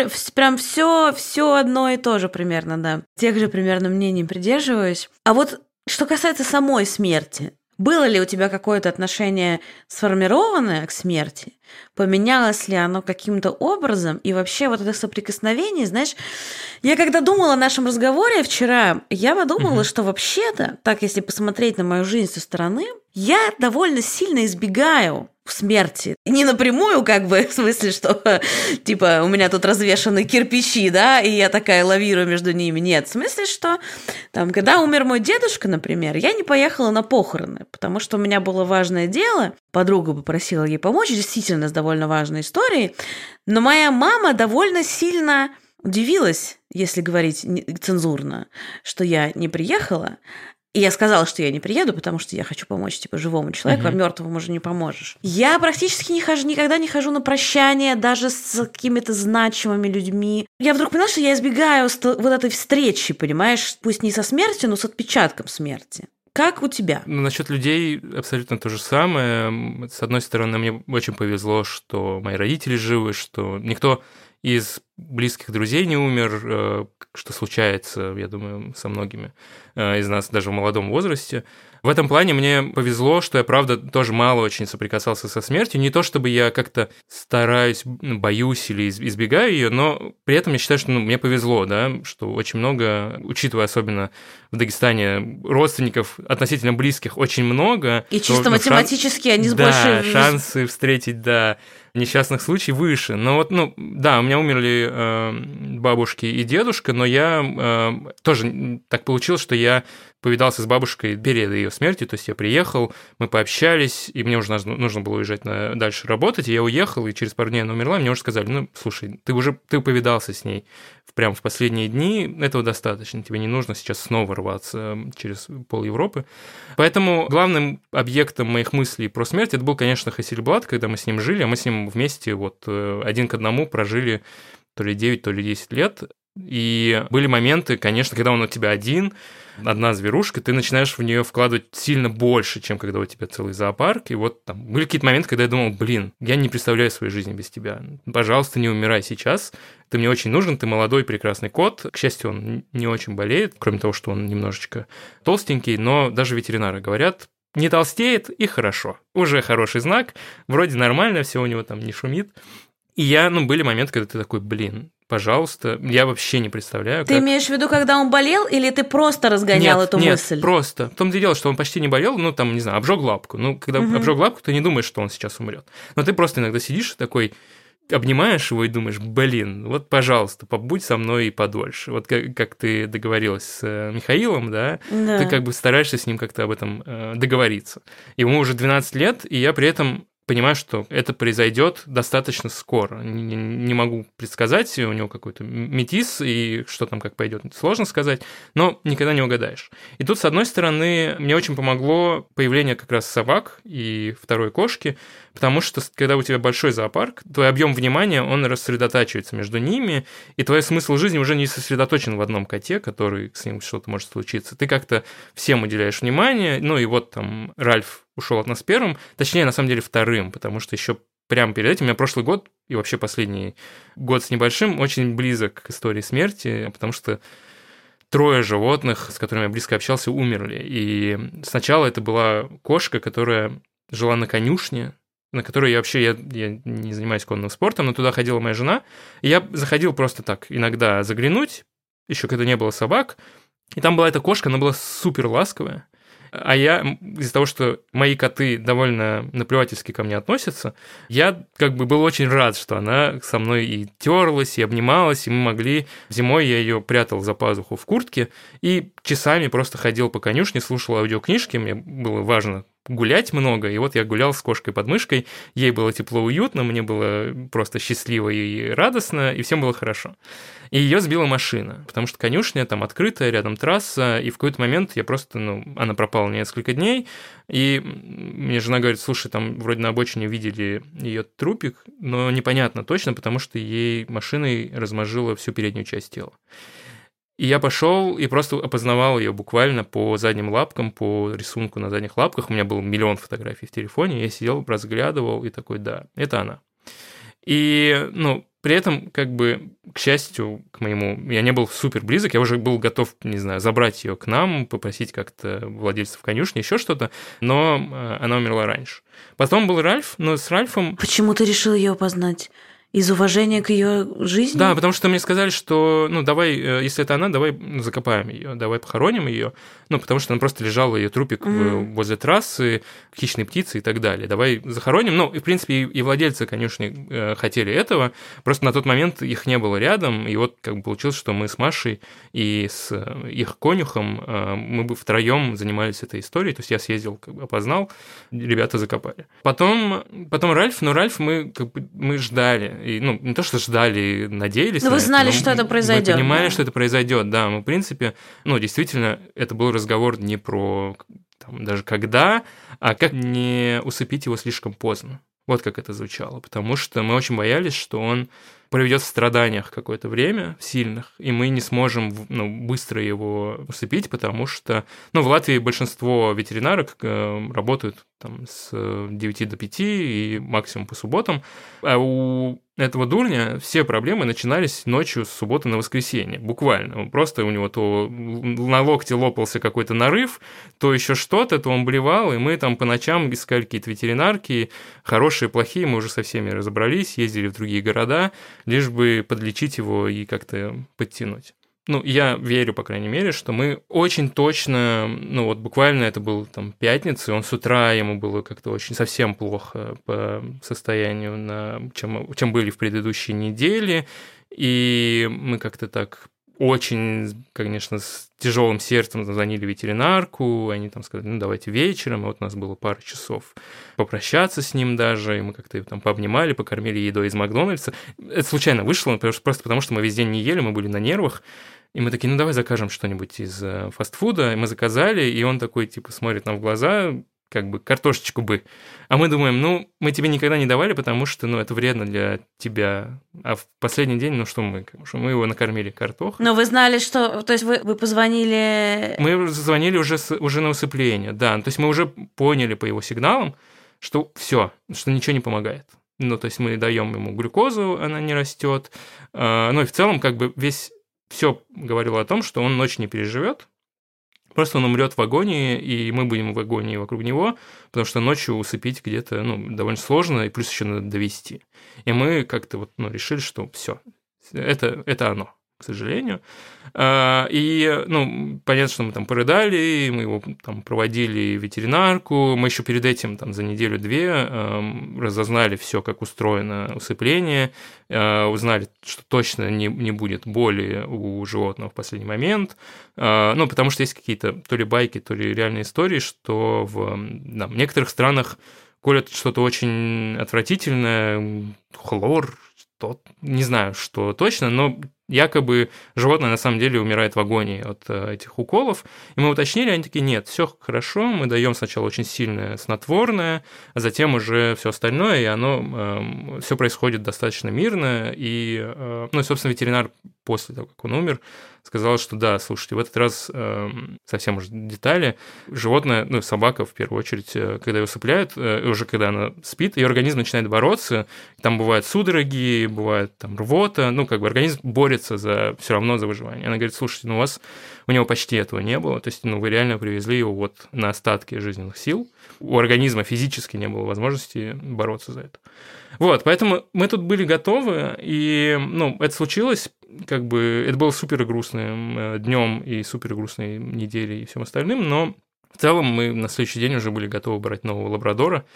S1: все одно и то же примерно, да. Тех же примерно мнений придерживаюсь. А вот что касается самой смерти, было ли у тебя какое-то отношение сформированное к смерти? Поменялось ли оно каким-то образом? И вообще вот это соприкосновение, знаешь, я когда думала о нашем разговоре вчера, я подумала, что вообще-то, так если посмотреть на мою жизнь со стороны, я довольно сильно избегаю смерти. Не напрямую, в смысле, что, типа, у меня тут развешаны кирпичи, да, и я такая лавирую между ними. Нет, в смысле, что, когда умер мой дедушка, например, я не поехала на похороны, потому что у меня было важное дело, подруга попросила ей помочь, действительно, с довольно важной историей, но моя мама довольно сильно удивилась, если говорить цензурно, что я не приехала. И я сказала, что я не приеду, потому что я хочу помочь, живому человеку, а мертвому уже не поможешь. Я практически никогда не хожу на прощание, даже с какими-то значимыми людьми. Я вдруг поняла, что я избегаю вот этой встречи, понимаешь, пусть не со смертью, но с отпечатком смерти. Как у тебя?
S2: Насчет людей абсолютно то же самое. С одной стороны, мне очень повезло, что мои родители живы, что никто из близких друзей не умер, что случается, я думаю, со многими из нас даже в молодом возрасте. В этом плане мне повезло, что я, правда, тоже мало очень соприкасался со смертью. Не то, чтобы я как-то стараюсь, боюсь или избегаю ее, но при этом я считаю, что мне повезло, да, что очень много, учитывая особенно в Дагестане, родственников относительно близких очень много.
S1: И чисто математически они с большей...
S2: Да, шансы встретить, несчастных случаев выше. Но вот, да, у меня умерли бабушки и дедушка, но я тоже так получилось, что я повидался с бабушкой перед ее смертью, то есть я приехал, мы пообщались, и мне уже нужно было уезжать дальше работать, и я уехал, и через пару дней она умерла, мне уже сказали: слушай, ты повидался с ней прямо в последние дни, этого достаточно, тебе не нужно сейчас снова рваться через пол Европы. Поэтому главным объектом моих мыслей про смерть это был, конечно, Хасельблад, когда мы с ним жили, а мы с ним вместе один к одному прожили то ли 9, то ли 10 лет. И были моменты, конечно, когда он у тебя одна зверушка, ты начинаешь в нее вкладывать сильно больше, чем когда у тебя целый зоопарк. И вот там были какие-то моменты, когда я думал: я не представляю своей жизни без тебя. Пожалуйста, не умирай сейчас. Ты мне очень нужен, ты молодой, прекрасный кот. К счастью, он не очень болеет, кроме того, что он немножечко толстенький, но даже ветеринары говорят: не толстеет, и хорошо. Уже хороший знак, вроде нормально, все у него там не шумит. И были моменты, когда ты такой: пожалуйста, я вообще не представляю.
S1: Ты имеешь в виду, когда он болел, или ты просто разгонял эту мысль?
S2: Нет, просто. В том-то и дело, что он почти не болел, не знаю, обжег лапку. Когда обжег лапку, ты не думаешь, что он сейчас умрет. Но ты просто иногда сидишь такой: обнимаешь его и думаешь, блин, вот, пожалуйста, побудь со мной подольше. Вот как ты договорилась с Михаилом, да, ты как бы стараешься с ним как-то об этом договориться. Ему уже 12 лет, и я при этом понимаю, что это произойдет достаточно скоро. Не могу предсказать, у него какой-то метис, и что там как пойдет, сложно сказать, но никогда не угадаешь. И тут, с одной стороны, мне очень помогло появление как раз собак и второй кошки, потому что, когда у тебя большой зоопарк, твой объем внимания, он рассредотачивается между ними, и твой смысл жизни уже не сосредоточен в одном коте, который с ним что-то может случиться. Ты как-то всем уделяешь внимание, ну и вот там Ральф ушел от нас первым, точнее, на самом деле, вторым, потому что еще прямо перед этим у меня прошлый год и вообще последний год с небольшим очень близок к истории смерти, потому что 3 животных, с которыми я близко общался, умерли. И сначала это была кошка, которая жила на конюшне, на которой я не занимаюсь конным спортом, но туда ходила моя жена, и я заходил просто так иногда заглянуть, еще когда не было собак, и там была эта кошка, она была супер ласковая. А я, из-за того, что мои коты довольно наплевательски ко мне относятся, я как бы был очень рад, что она со мной и терлась, и обнималась, и мы могли... Зимой я ее прятал за пазуху в куртке и часами просто ходил по конюшне, слушал аудиокнижки, мне было важно гулять много, и вот я гулял с кошкой под мышкой, ей было тепло, уютно, мне было просто счастливо и радостно, и всем было хорошо. И ее сбила машина, потому что конюшня там открытая, рядом трасса, и в какой-то момент я просто, она пропала на несколько дней, и мне жена говорит, слушай, там вроде на обочине видели ее трупик, но непонятно точно, потому что ей машиной размажило всю переднюю часть тела. И я пошел и просто опознавал ее буквально по задним лапкам, по рисунку на задних лапках. У меня был миллион фотографий в телефоне, я сидел, разглядывал и такой, да, это она. И, при этом, как бы, к счастью, к моему, я не был супер близок, я уже был готов, не знаю, забрать ее к нам, попросить как-то владельцев конюшни, еще что-то, но она умерла раньше. Потом был Ральф, но с Ральфом...
S1: Почему ты решил ее опознать? Из уважения к ее жизни?
S2: Да, потому что мне сказали, что, давай, если это она, давай закопаем ее, давай похороним ее, потому что она просто лежала, ее трупик возле трассы, хищные птицы и так далее. Давай захороним. И, в принципе, и владельцы конюшни хотели этого, просто на тот момент их не было рядом, и вот как бы получилось, что мы с Машей и с их конюхом, мы бы втроем занимались этой историей, то есть я съездил, как бы опознал, ребята закопали. Потом Ральф, но Ральф мы ждали. И, не то, что ждали, надеялись.
S1: Но вы знали, что это произойдет.
S2: Мы понимали, что это произойдет, да. Мы, в принципе, действительно, это был разговор не про даже когда, а как не усыпить его слишком поздно. Вот как это звучало. Потому что мы очень боялись, что он проведет в страданиях какое-то время, сильных, и мы не сможем быстро его усыпить, потому что в Латвии большинство ветеринарок работают с 9 до 5 и максимум по субботам, а у этого дурня все проблемы начинались ночью с субботы на воскресенье, буквально. Просто у него то на локте лопался какой-то нарыв, то еще что-то, то он блевал, и мы там по ночам искали какие-то ветеринарки, хорошие, плохие, мы уже со всеми разобрались, ездили в другие города, лишь бы подлечить его и как-то подтянуть. Я верю, по крайней мере, что мы очень точно, буквально это был пятница, и он с утра, ему было как-то очень совсем плохо по состоянию, чем были в предыдущей неделе, и мы как-то так очень, конечно, с тяжелым сердцем звонили в ветеринарку, они сказали, давайте вечером, и вот у нас было пару часов попрощаться с ним даже, и мы как-то пообнимали, покормили едой из Макдональдса. Это случайно вышло, просто потому что мы весь день не ели, мы были на нервах, и мы такие, давай закажем что-нибудь из фастфуда, и мы заказали, и он такой, смотрит нам в глаза, как бы картошечку бы. А мы думаем, мы тебе никогда не давали, потому что, это вредно для тебя. А в последний день, что мы его накормили картохой.
S1: Но вы знали, что... То есть вы позвонили...
S2: Мы звонили уже на усыпление, да. То есть мы уже поняли по его сигналам, что все, что ничего не помогает. То есть мы даем ему глюкозу, она не растет. И в целом, как бы все говорило о том, что он ночь не переживет. Просто он умрет в агонии, и мы будем в агонии вокруг него, потому что ночью усыпить где-то довольно сложно, и плюс еще надо довести. И мы как-то решили, что все, это оно. к сожалению. И, понятно, что мы там порыдали, мы его там проводили в ветеринарку, мы еще перед этим там за неделю-две разознали все, как устроено усыпление, узнали, что точно не будет боли у животного в последний момент, потому что есть какие-то то ли байки, то ли реальные истории, что в некоторых странах колят что-то очень отвратительное, хлор, не знаю, что точно, но якобы животное на самом деле умирает в агонии от этих уколов. И мы уточнили, они такие: нет, все хорошо, мы даем сначала очень сильное снотворное, а затем уже все остальное, и оно все происходит достаточно мирно. И, собственно, ветеринар после того, как он умер, сказал, что да, слушайте, в этот раз совсем уже детали. Животное, собака в первую очередь, когда ее усыпляют, уже когда она спит, ее организм начинает бороться, там бывают судороги, бывает там рвота, организм борется все равно за выживание. Она говорит: слушайте, у него почти этого не было, то есть, вы реально привезли его вот на остатки жизненных сил, у организма физически не было возможности бороться за это. Вот, поэтому мы тут были готовы, и, это случилось, это было супер грустным днем и супер грустной неделей и всем остальным, но в целом мы на следующий день уже были готовы брать нового лабрадора,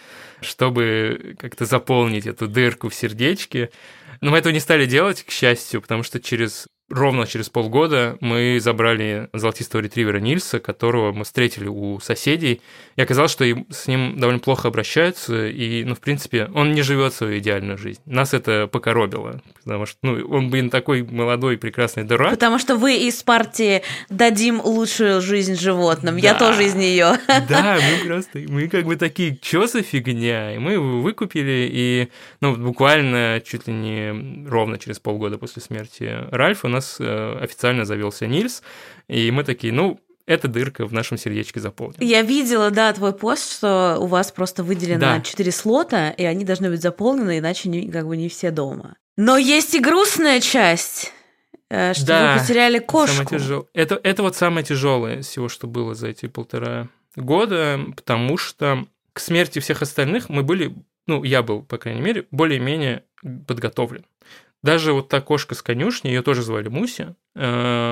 S2: чтобы как-то заполнить эту дырку в сердечке. Но мы этого не стали делать, к счастью, потому что ровно через полгода мы забрали золотистого ретривера Нильса, которого мы встретили у соседей, и оказалось, что с ним довольно плохо обращаются, и, в принципе, он не живет свою идеальную жизнь. Нас это покоробило, потому что, он, такой молодой, прекрасный дурак.
S1: Потому что вы из партии «Дадим лучшую жизнь животным», да. Я тоже из нее.
S2: Да, мы как бы такие: чё за фигня? И мы его выкупили, и, буквально чуть ли не ровно через полгода после смерти Ральфа у нас официально завелся Нильс, и мы такие: эта дырка в нашем сердечке заполнена.
S1: Я видела, да, твой пост, что у вас просто выделено 4 слота, и они должны быть заполнены, иначе не все дома. Но есть и грустная часть, что вы потеряли кошку.
S2: Это вот самое тяжелое из всего, что было за эти 1,5 года, потому что к смерти всех остальных мы были, я был, по крайней мере, более-менее подготовлен. Даже вот та кошка с конюшни, ее тоже звали Муся, и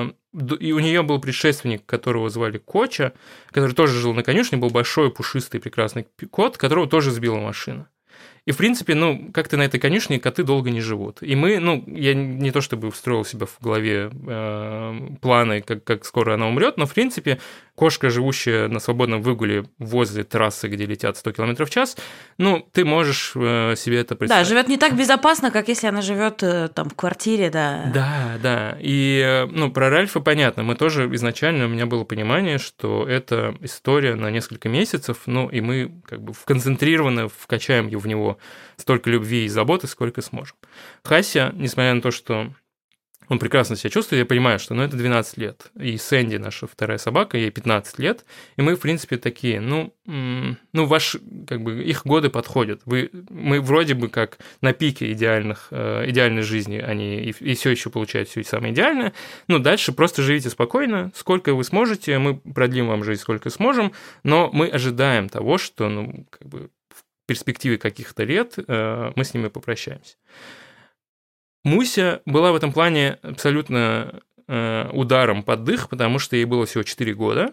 S2: у нее был предшественник, которого звали Коча, который тоже жил на конюшне, был большой, пушистый, прекрасный кот, которого тоже сбила машина. И, в принципе, как-то на этой конюшне коты долго не живут. И мы, я не то чтобы устроил себе в голове планы, как скоро она умрет, но, в принципе, кошка, живущая на свободном выгуле возле трассы, где летят 100 км в час, ты можешь себе это представить.
S1: Да, живет не так безопасно, как если она живет там в квартире, да.
S2: Да. И, про Ральфа понятно. Мы тоже изначально, у меня было понимание, что это история на несколько месяцев, и мы как бы концентрированно вкачаем в него столько любви и заботы, сколько сможем. Хася, несмотря на то, что он прекрасно себя чувствует, я понимаю, что это 12 лет. И Сэнди, наша вторая собака, ей 15 лет. И мы, в принципе, такие, их годы подходят. Мы вроде бы как на пике идеальной жизни, они и все еще получают все самое идеальное. Дальше просто живите спокойно, сколько вы сможете, мы продлим вам жизнь, сколько сможем, но мы ожидаем того, что, в перспективе каких-то лет мы с ними попрощаемся. Муся была в этом плане абсолютно ударом под дых, потому что ей было всего 4 года,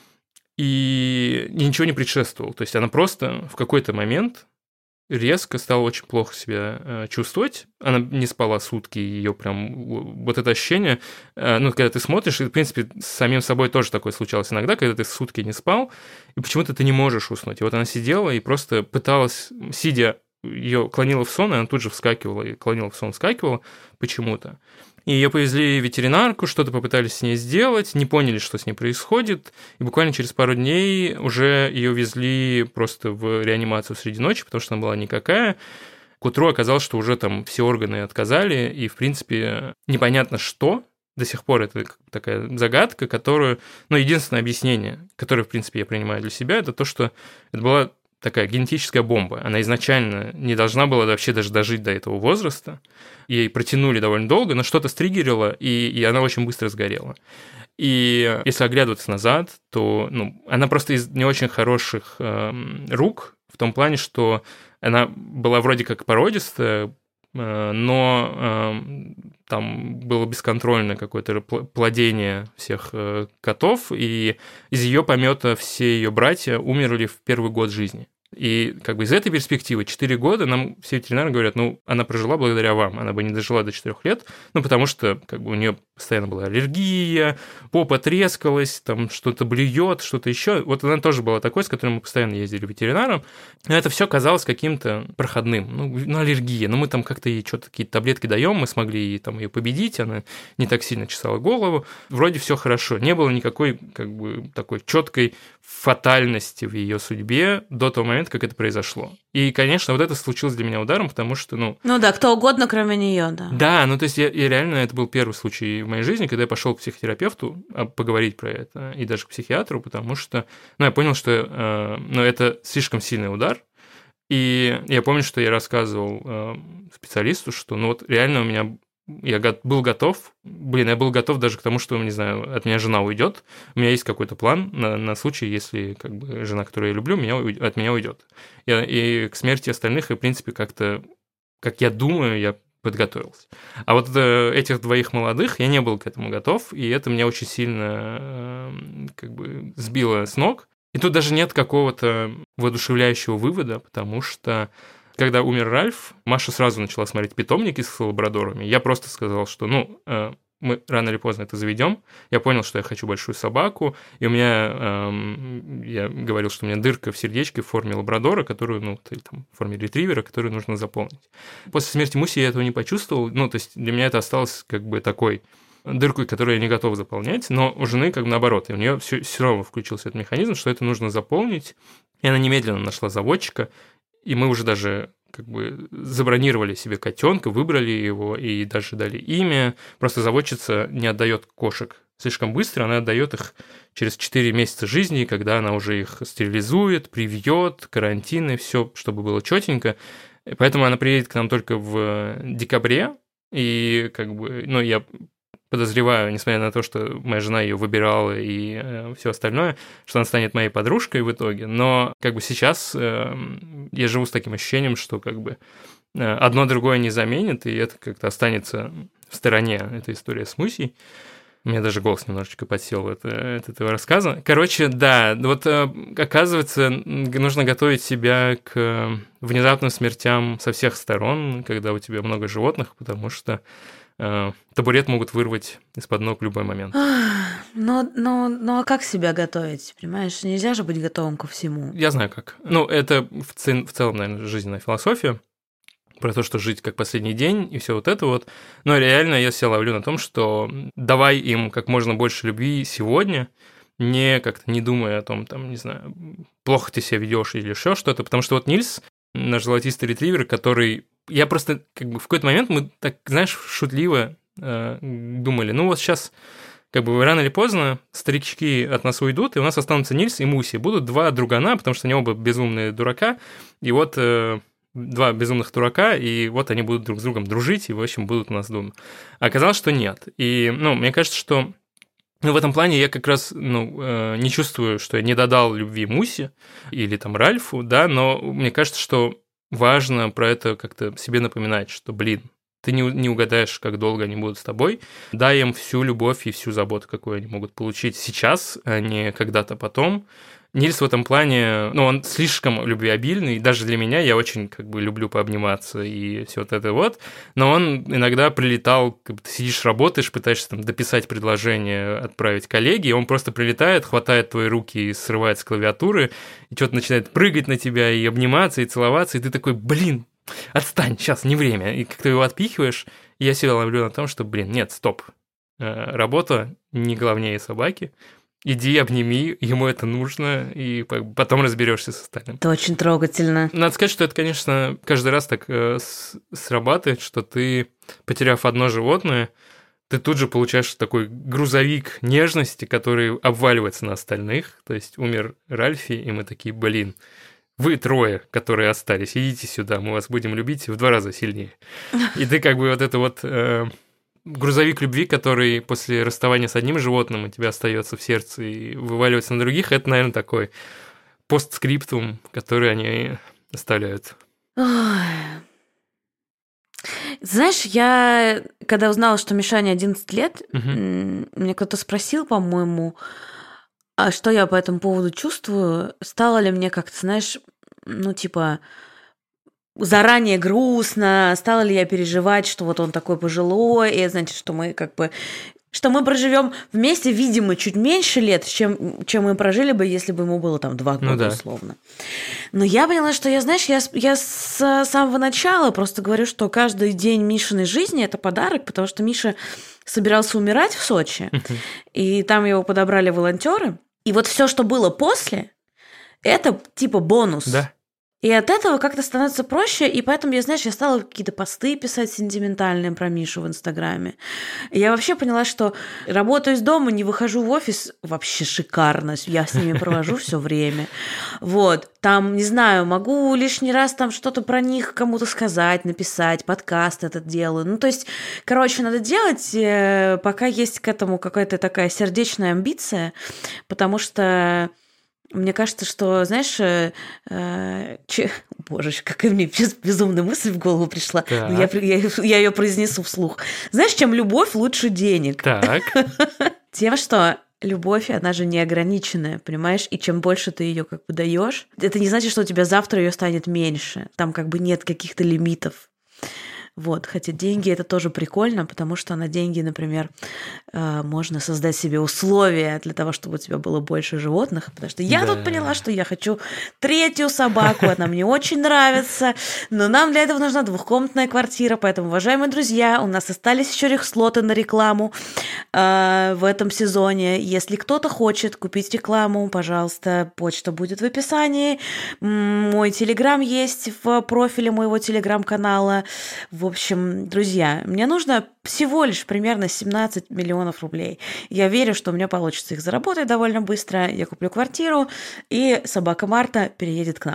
S2: и ничего не предшествовало. То есть она просто в какой-то момент резко стала очень плохо себя чувствовать. Она не спала сутки, ее прям... Вот это ощущение, когда ты смотришь, и, в принципе, с самим собой тоже такое случалось иногда, когда ты сутки не спал, и почему-то ты не можешь уснуть. И вот она сидела и просто пыталась, сидя, ее клонило в сон, и она тут же вскакивала, и клонила в сон, вскакивала почему-то. И ее повезли в ветеринарку, что-то попытались с ней сделать, не поняли, что с ней происходит, и буквально через пару дней уже ее везли просто в реанимацию среди ночи, потому что она была никакая. К утру оказалось, что уже там все органы отказали, и, в принципе, непонятно что. До сих пор это такая загадка, которую... единственное объяснение, которое, в принципе, я принимаю для себя, это то, что это была такая генетическая бомба. Она изначально не должна была вообще даже дожить до этого возраста. Ей протянули довольно долго, но что-то стриггерило, и она очень быстро сгорела. И если оглядываться назад, то она просто из не очень хороших рук, в том плане, что она была вроде как породистая, но там было бесконтрольное какое-то плодение всех котов, и из ее помета все ее братья умерли в первый год жизни. И как бы из этой перспективы 4 года нам все ветеринары говорят, ну, она прожила благодаря вам, она бы не дожила до 4 лет, ну, потому что как бы у нее постоянно была аллергия, попа трескалась, там что-то блюет, что-то еще. Вот она тоже была такой, с которой мы постоянно ездили к ветеринарам. Но это все казалось каким-то проходным. Ну, аллергия, ну, мы там как-то ей что-то, какие-то таблетки даем, мы смогли там ее победить, она не так сильно чесала голову. Вроде все хорошо. Не было никакой как бы такой четкой фатальности в ее судьбе до того момента, как это произошло. И, конечно, вот это случилось для меня ударом, потому что, ну...
S1: Ну да, кто угодно, кроме нее, да.
S2: Да, ну то есть я реально, это был первый случай в моей жизни, когда я пошел к психотерапевту поговорить про это, и даже к психиатру, потому что, ну, я понял, что, ну, это слишком сильный удар, и я помню, что я рассказывал специалисту, что, ну, вот реально у меня... Я был готов, я был готов даже к тому, что, не знаю, от меня жена уйдет. У меня есть какой-то план на случай, если как бы жена, которую я люблю, от меня уйдет. И к смерти остальных, и, в принципе, как-то, как я думаю, я подготовился. А вот этих двоих молодых я не был к этому готов, и это меня очень сильно как бы сбило с ног. И тут даже нет какого-то воодушевляющего вывода, потому что когда умер Ральф, Маша сразу начала смотреть питомники с лабрадорами. Я просто сказал, что, ну, мы рано или поздно это заведем. Я понял, что я хочу большую собаку, и у меня, я говорил, что у меня дырка в сердечке в форме лабрадора, которую, ну, там, в форме ретривера, которую нужно заполнить. После смерти Муси я этого не почувствовал, ну, то есть для меня это осталось как бы такой дыркой, которую я не готов заполнять, но у жены как бы наоборот, и у нее все равно включился этот механизм, что это нужно заполнить, и она немедленно нашла заводчика, и мы уже даже как бы забронировали себе котенка, выбрали его и даже дали имя. Просто заводчица не отдает кошек слишком быстро, она отдает их через 4 месяца жизни, когда она уже их стерилизует, привьет, карантин и все, чтобы было четенько. Поэтому она приедет к нам только в декабре, и как бы, ну, я подозреваю, несмотря на то, что моя жена ее выбирала и все остальное, что она станет моей подружкой в итоге. Но как бы сейчас я живу с таким ощущением, что как бы одно другое не заменит, и это как-то останется в стороне, эта история с Мусей. У меня даже голос немножечко подсел от этого рассказа. Короче, да, вот оказывается, нужно готовить себя к внезапным смертям со всех сторон, когда у тебя много животных, потому что табурет могут вырвать из-под ног в любой момент.
S1: Ну, а как себя готовить, понимаешь? Нельзя же быть готовым ко всему.
S2: Я знаю как. Ну, это в целом, наверное, жизненная философия про то, что жить как последний день и все вот это вот. Но реально я себя ловлю на том, что давай им как можно больше любви сегодня, не как-то не думая о том, там, не знаю, плохо ты себя ведешь или еще что-то. Потому что вот Нильс, наш золотистый ретривер, который... Я просто как бы в какой-то момент мы так, знаешь, шутливо думали, ну вот сейчас как бы рано или поздно старички от нас уйдут, и у нас останутся Нильс и Муси. Будут два другана, потому что они оба безумные дурака, и вот два безумных дурака, и вот они будут друг с другом дружить, и, в общем, будут у нас дома. А оказалось, что нет. И, ну, мне кажется, что в этом плане я как раз, не чувствую, что я не додал любви Муси или там Ральфу, да, но мне кажется, что важно про это как-то себе напоминать, что, блин, ты не угадаешь, как долго они будут с тобой. Дай им всю любовь и всю заботу, какую они могут получить сейчас, а не когда-то потом. Нильс в этом плане, он слишком любвеобильный, даже для меня, я очень как бы люблю пообниматься и все вот это вот, но он иногда прилетал, как бы ты сидишь, работаешь, пытаешься там дописать предложение, отправить коллеге, и он просто прилетает, хватает твои руки и срывает с клавиатуры, и что-то начинает прыгать на тебя, и обниматься, и целоваться, и ты такой, блин, отстань, сейчас не время, и как ты его отпихиваешь, и я себя ловлю на том, что, блин, нет, стоп, работа не главнее собаки. Иди, обними, ему это нужно, и потом разберешься с остальным.
S1: Это очень трогательно.
S2: Надо сказать, что это, конечно, каждый раз так срабатывает, что ты, потеряв одно животное, ты тут же получаешь такой грузовик нежности, который обваливается на остальных. То есть умер Ральфи, и мы такие, блин, вы трое, которые остались, идите сюда, мы вас будем любить в 2 раза сильнее. И ты как бы вот это вот... грузовик любви, который после расставания с одним животным у тебя остается в сердце и вываливается на других, это, наверное, такой постскриптум, который они оставляют.
S1: Ой. Знаешь, я, когда узнала, что Мишане 11 лет, мне кто-то спросил, по-моему, а что я по этому поводу чувствую, стало ли мне как-то, знаешь, ну, типа, заранее грустно, стала ли я переживать, что вот он такой пожилой, и значит, что мы как бы что мы проживем вместе, видимо, чуть меньше лет, чем мы прожили бы, если бы ему было там 2 года, условно. Но я поняла, что я с самого начала просто говорю, что каждый день Мишиной жизни – это подарок, потому что Миша собирался умирать в Сочи, и там его подобрали волонтеры. И вот все, что было после, это типа бонус.
S2: Да.
S1: И от этого как-то становится проще, и поэтому, я стала какие-то посты писать сентиментальные про Мишу в Инстаграме. И я вообще поняла, что работаю из дома, не выхожу в офис, вообще шикарно, я с ними провожу все время. Вот, там, не знаю, могу лишний раз там что-то про них кому-то сказать, написать, подкаст этот делаю. Ну, то есть, короче, надо делать, пока есть к этому какая-то такая сердечная амбиция, потому что... Мне кажется, что, знаешь, боже, какая мне безумная мысль в голову пришла. Но я ее произнесу вслух. Знаешь, чем любовь лучше денег?
S2: Так.
S1: Тем, что любовь, она же неограниченная, понимаешь? И чем больше ты ее как бы даешь, это не значит, что у тебя завтра ее станет меньше. Там как бы нет каких-то лимитов. Вот, хотя деньги это тоже прикольно, потому что на деньги, например, можно создать себе условия для того, чтобы у тебя было больше животных, потому что я тут поняла, что я хочу 3-ю собаку, она мне очень нравится, но нам для этого нужна 2-комнатная квартира, поэтому, уважаемые друзья, у нас остались еще слоты на рекламу в этом сезоне. Если кто-то хочет купить рекламу, пожалуйста, почта будет в описании, мой телеграм есть в профиле моего телеграм-канала. В общем, друзья, мне нужно всего лишь примерно 17 миллионов рублей. Я верю, что у меня получится их заработать довольно быстро. Я куплю квартиру, и собака Марта переедет к нам.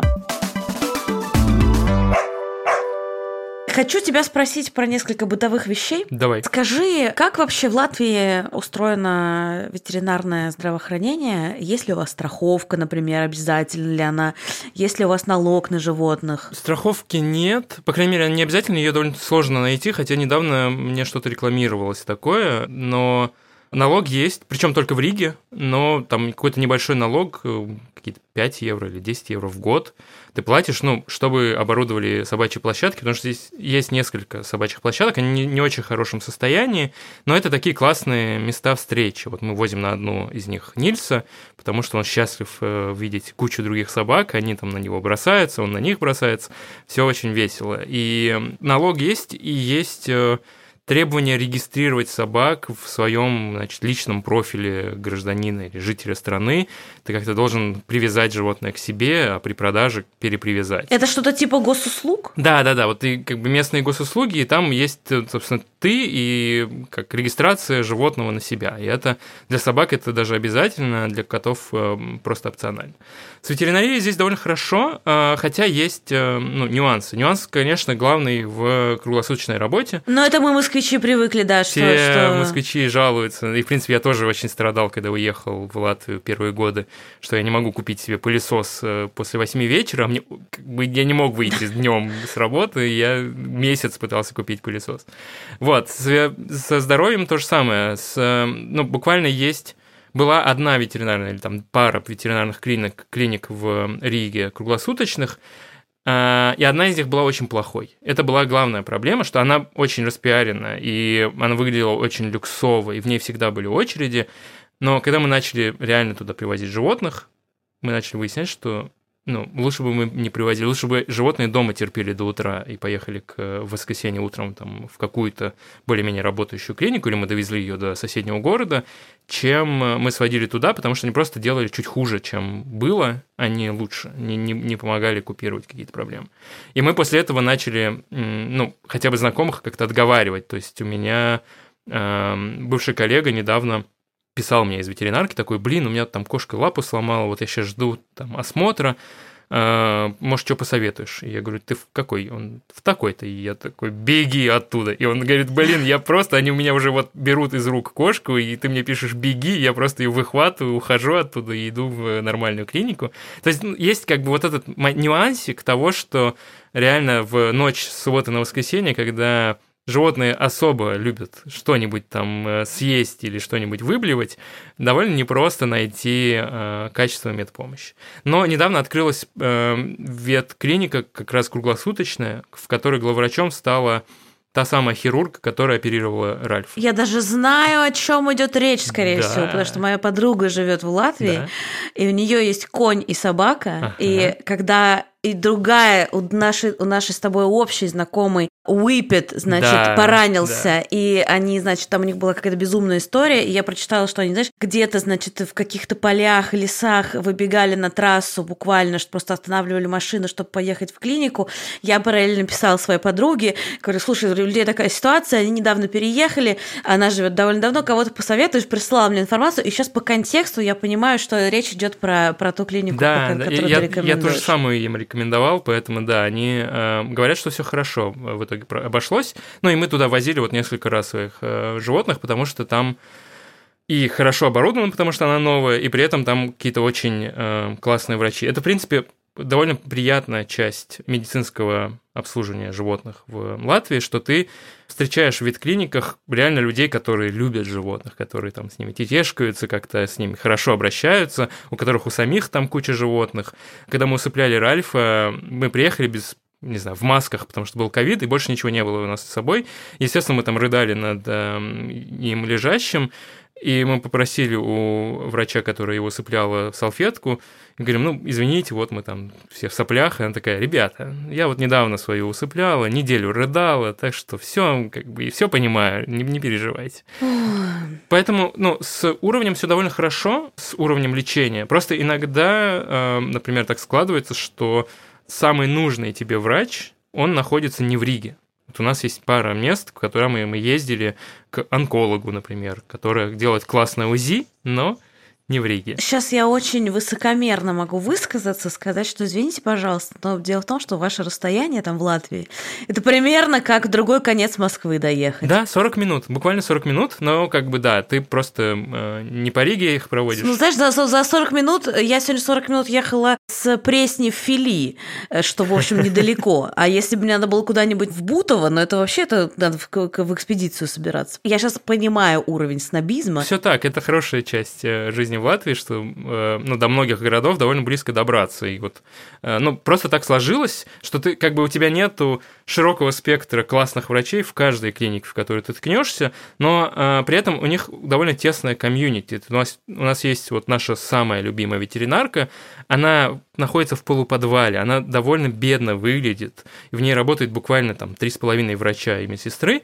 S1: Хочу тебя спросить про несколько бытовых вещей.
S2: Давай.
S1: Скажи, как вообще в Латвии устроено ветеринарное здравоохранение? Есть ли у вас страховка, например, обязательно ли она? Есть ли у вас налог на животных?
S2: Страховки нет. По крайней мере, не обязательно, ее довольно сложно найти, хотя недавно мне что-то рекламировалось такое, но... Налог есть, причем только в Риге, но там какой-то небольшой налог, какие-то 5 евро или 10 евро в год ты платишь, чтобы оборудовали собачьи площадки, потому что здесь есть несколько собачьих площадок, они не очень в хорошем состоянии, но это такие классные места встречи. Вот мы возим на одну из них Нильса, потому что он счастлив видеть кучу других собак, они там на него бросаются, он на них бросается, все очень весело. И налог есть, и есть... требование регистрировать собак в своем, личном профиле гражданина или жителя страны. Ты как-то должен привязать животное к себе, а при продаже перепривязать.
S1: Это что-то типа госуслуг?
S2: Да. Вот ты как бы местные госуслуги, и там есть, собственно, ты и как регистрация животного на себя. И это для собак это даже обязательно, для котов просто опционально. С ветеринарией здесь довольно хорошо, хотя есть нюансы. Нюанс, конечно, главный в круглосуточной работе.
S1: Но это мы москвичи привыкли, да,
S2: Все москвичи жалуются. И, в принципе, я тоже очень страдал, когда уехал в Латвию первые годы, что я не могу купить себе пылесос после 8 вечера. Я не мог выйти днем с работы, я месяц пытался купить пылесос. Вот, со здоровьем то же самое. Буквально была одна ветеринарная, или там пара ветеринарных клиник в Риге круглосуточных, и одна из них была очень плохой. Это была главная проблема, что она очень распиарена, и она выглядела очень люксово, и в ней всегда были очереди. Но когда мы начали реально туда привозить животных, мы начали выяснять, что лучше бы мы не привозили, лучше бы животные дома терпели до утра и поехали в воскресенье утром там, в какую-то более-менее работающую клинику, или мы довезли ее до соседнего города, чем мы сводили туда, потому что они просто делали чуть хуже, чем было, а не лучше, не помогали купировать какие-то проблемы. И мы после этого начали, хотя бы знакомых как-то отговаривать. То есть у меня бывший коллега недавно писал мне из ветеринарки такой: у меня там кошка лапу сломала, вот я сейчас жду там осмотра, может, что посоветуешь? И я говорю: ты в какой? Он: в такой-то. И я такой: беги оттуда. И он говорит: они у меня уже вот берут из рук кошку, и ты мне пишешь беги, я просто ее выхватываю, ухожу оттуда и иду в нормальную клинику. То есть есть как бы вот этот нюансик того, что реально в ночь с субботы на воскресенье, когда животные особо любят что-нибудь там съесть или что-нибудь выблевать, довольно непросто найти качественную медпомощь. Но недавно открылась ветклиника, как раз круглосуточная, в которой главврачом стала та самая хирург, которая оперировала Ральфа.
S1: Я даже знаю, о чем идет речь, скорее
S2: Да.
S1: всего, потому что моя подруга живет в Латвии,
S2: Да.
S1: и у нее есть конь и собака, и когда и другая у нашей с тобой общей знакомой Уипет, значит,
S2: Да,
S1: поранился,
S2: да.
S1: и они, значит, там у них была какая-то безумная история, и я прочитала, что они, знаешь, где-то, значит, в каких-то полях, лесах выбегали на трассу буквально, что просто останавливали машину, чтобы поехать в клинику. Я параллельно писала своей подруге, говорю, слушай, у людей такая ситуация, они недавно переехали, она живет довольно давно, кого-то посоветуешь, прислала мне информацию, и сейчас по контексту я понимаю, что речь идет про ту клинику, которую ты рекомендуешь.
S2: Я тоже самую им рекомендовал, поэтому, да, они говорят, что все хорошо в итоге обошлось. Ну, и мы туда возили вот несколько раз своих животных, потому что там и хорошо оборудовано, потому что она новая, и при этом там какие-то очень классные врачи. Это, в принципе, довольно приятная часть медицинского обслуживания животных в Латвии, что ты встречаешь в ветклиниках реально людей, которые любят животных, которые там с ними тетешкаются, как-то с ними хорошо обращаются, у которых у самих там куча животных. Когда мы усыпляли Ральфа, мы приехали не знаю, в масках, потому что был ковид, и больше ничего не было у нас с собой. Естественно, мы там рыдали над им лежащим, и мы попросили у врача, который его усыпляла, салфетку, и говорим, ну, извините, вот мы там все в соплях, и она такая, ребята, я вот недавно свою усыпляла, неделю рыдала, так что все, как бы, все понимаю, не переживайте. Поэтому, ну, с уровнем все довольно хорошо, с уровнем лечения. Просто иногда, например, так складывается, что самый нужный тебе врач, он находится не в Риге. Вот у нас есть пара мест, в которые мы ездили к онкологу, например, которая делает классное УЗИ, но не в Риге.
S1: Сейчас я очень высокомерно могу высказаться, сказать, что извините, пожалуйста, но дело в том, что ваше расстояние там в Латвии, это примерно как в другой конец Москвы доехать.
S2: Да, 40 минут, буквально 40 минут, но как бы да, ты просто не по Риге их проводишь.
S1: Ну, знаешь, за 40 минут, я сегодня 40 минут ехала с Пресни в Фили, что, в общем, недалеко. А если бы мне надо было куда-нибудь в Бутово, ну, это вообще надо в экспедицию собираться. Я сейчас понимаю уровень снобизма.
S2: Все так, это хорошая часть жизни в Латвии, что ну, до многих городов довольно близко добраться. И вот, ну, просто так сложилось, что ты, как бы у тебя нету широкого спектра классных врачей в каждой клинике, в которой ты ткнешься, но при этом у них довольно тесная комьюнити. У нас есть вот наша самая любимая ветеринарка, она находится в полуподвале, она довольно бедно выглядит, и в ней работает буквально там 3,5 врача и медсестры.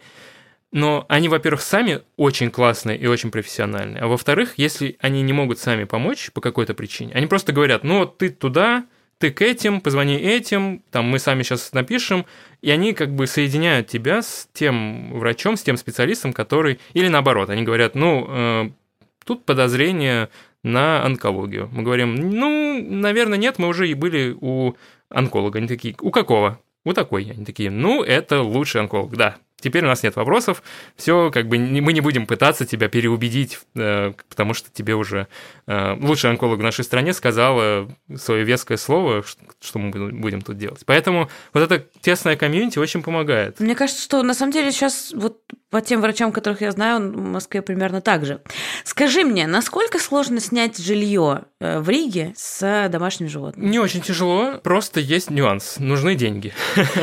S2: Но они, во-первых, сами очень классные и очень профессиональные, а во-вторых, если они не могут сами помочь по какой-то причине, они просто говорят, ну вот ты туда, ты к этим, позвони этим, там мы сами сейчас напишем, и они как бы соединяют тебя с тем врачом, с тем специалистом, который... Или наоборот, они говорят, ну, тут подозрение на онкологию. Мы говорим, ну, наверное, нет, мы уже и были у онколога. Они такие, у какого? У такой. Они такие, ну, это лучший онколог, да. Теперь у нас нет вопросов, все, как бы мы не будем пытаться тебя переубедить, потому что тебе уже лучший онколог в нашей стране сказала свое веское слово, что мы будем тут делать. Поэтому вот эта тесная комьюнити очень помогает.
S1: Мне кажется, что на самом деле сейчас вот по тем врачам, которых я знаю, в Москве примерно так же. Скажи мне, насколько сложно снять жилье в Риге с домашним животным?
S2: Не очень тяжело, просто есть нюанс. Нужны деньги.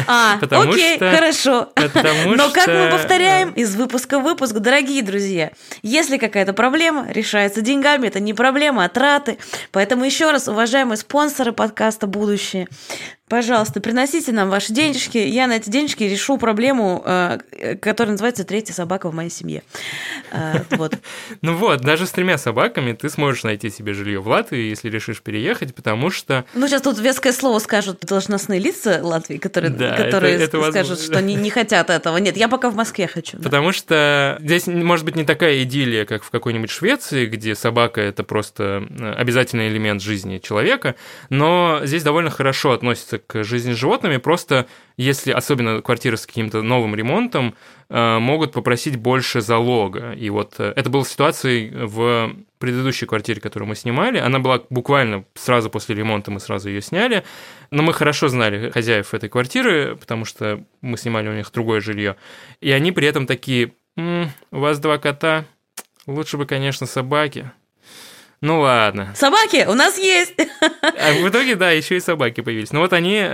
S1: Окей, хорошо. Но как мы повторяем из выпуска в выпуск, дорогие друзья, если какая-то проблема решается деньгами, это не проблема, а траты. Поэтому еще раз, уважаемые спонсоры подкаста «Будущее», пожалуйста, приносите нам ваши денежки. Я на эти денежки решу проблему, которая называется «Третья собака в моей семье». Вот.
S2: Ну вот, даже с 3 собаками ты сможешь найти себе жилье в Латвии, если решишь переехать, потому что...
S1: Ну, сейчас тут веское слово скажут должностные лица Латвии, которые скажут, что не хотят этого. Нет, я пока в Москве хочу.
S2: Потому что здесь, может быть, не такая идиллия, как в какой-нибудь Швеции, где собака – это просто обязательный элемент жизни человека, но здесь довольно хорошо относятся относятся к жизни с животными, просто если, особенно квартиры с каким-то новым ремонтом, могут попросить больше залога. И вот это была ситуация в предыдущей квартире, которую мы снимали. Она была буквально сразу после ремонта, мы сразу ее сняли. Но мы хорошо знали хозяев этой квартиры, потому что мы снимали у них другое жилье. И они при этом такие: у вас 2 кота, лучше бы, конечно, собаки. Ну ладно.
S1: Собаки у нас есть!
S2: А в итоге, да, еще и собаки появились. Но вот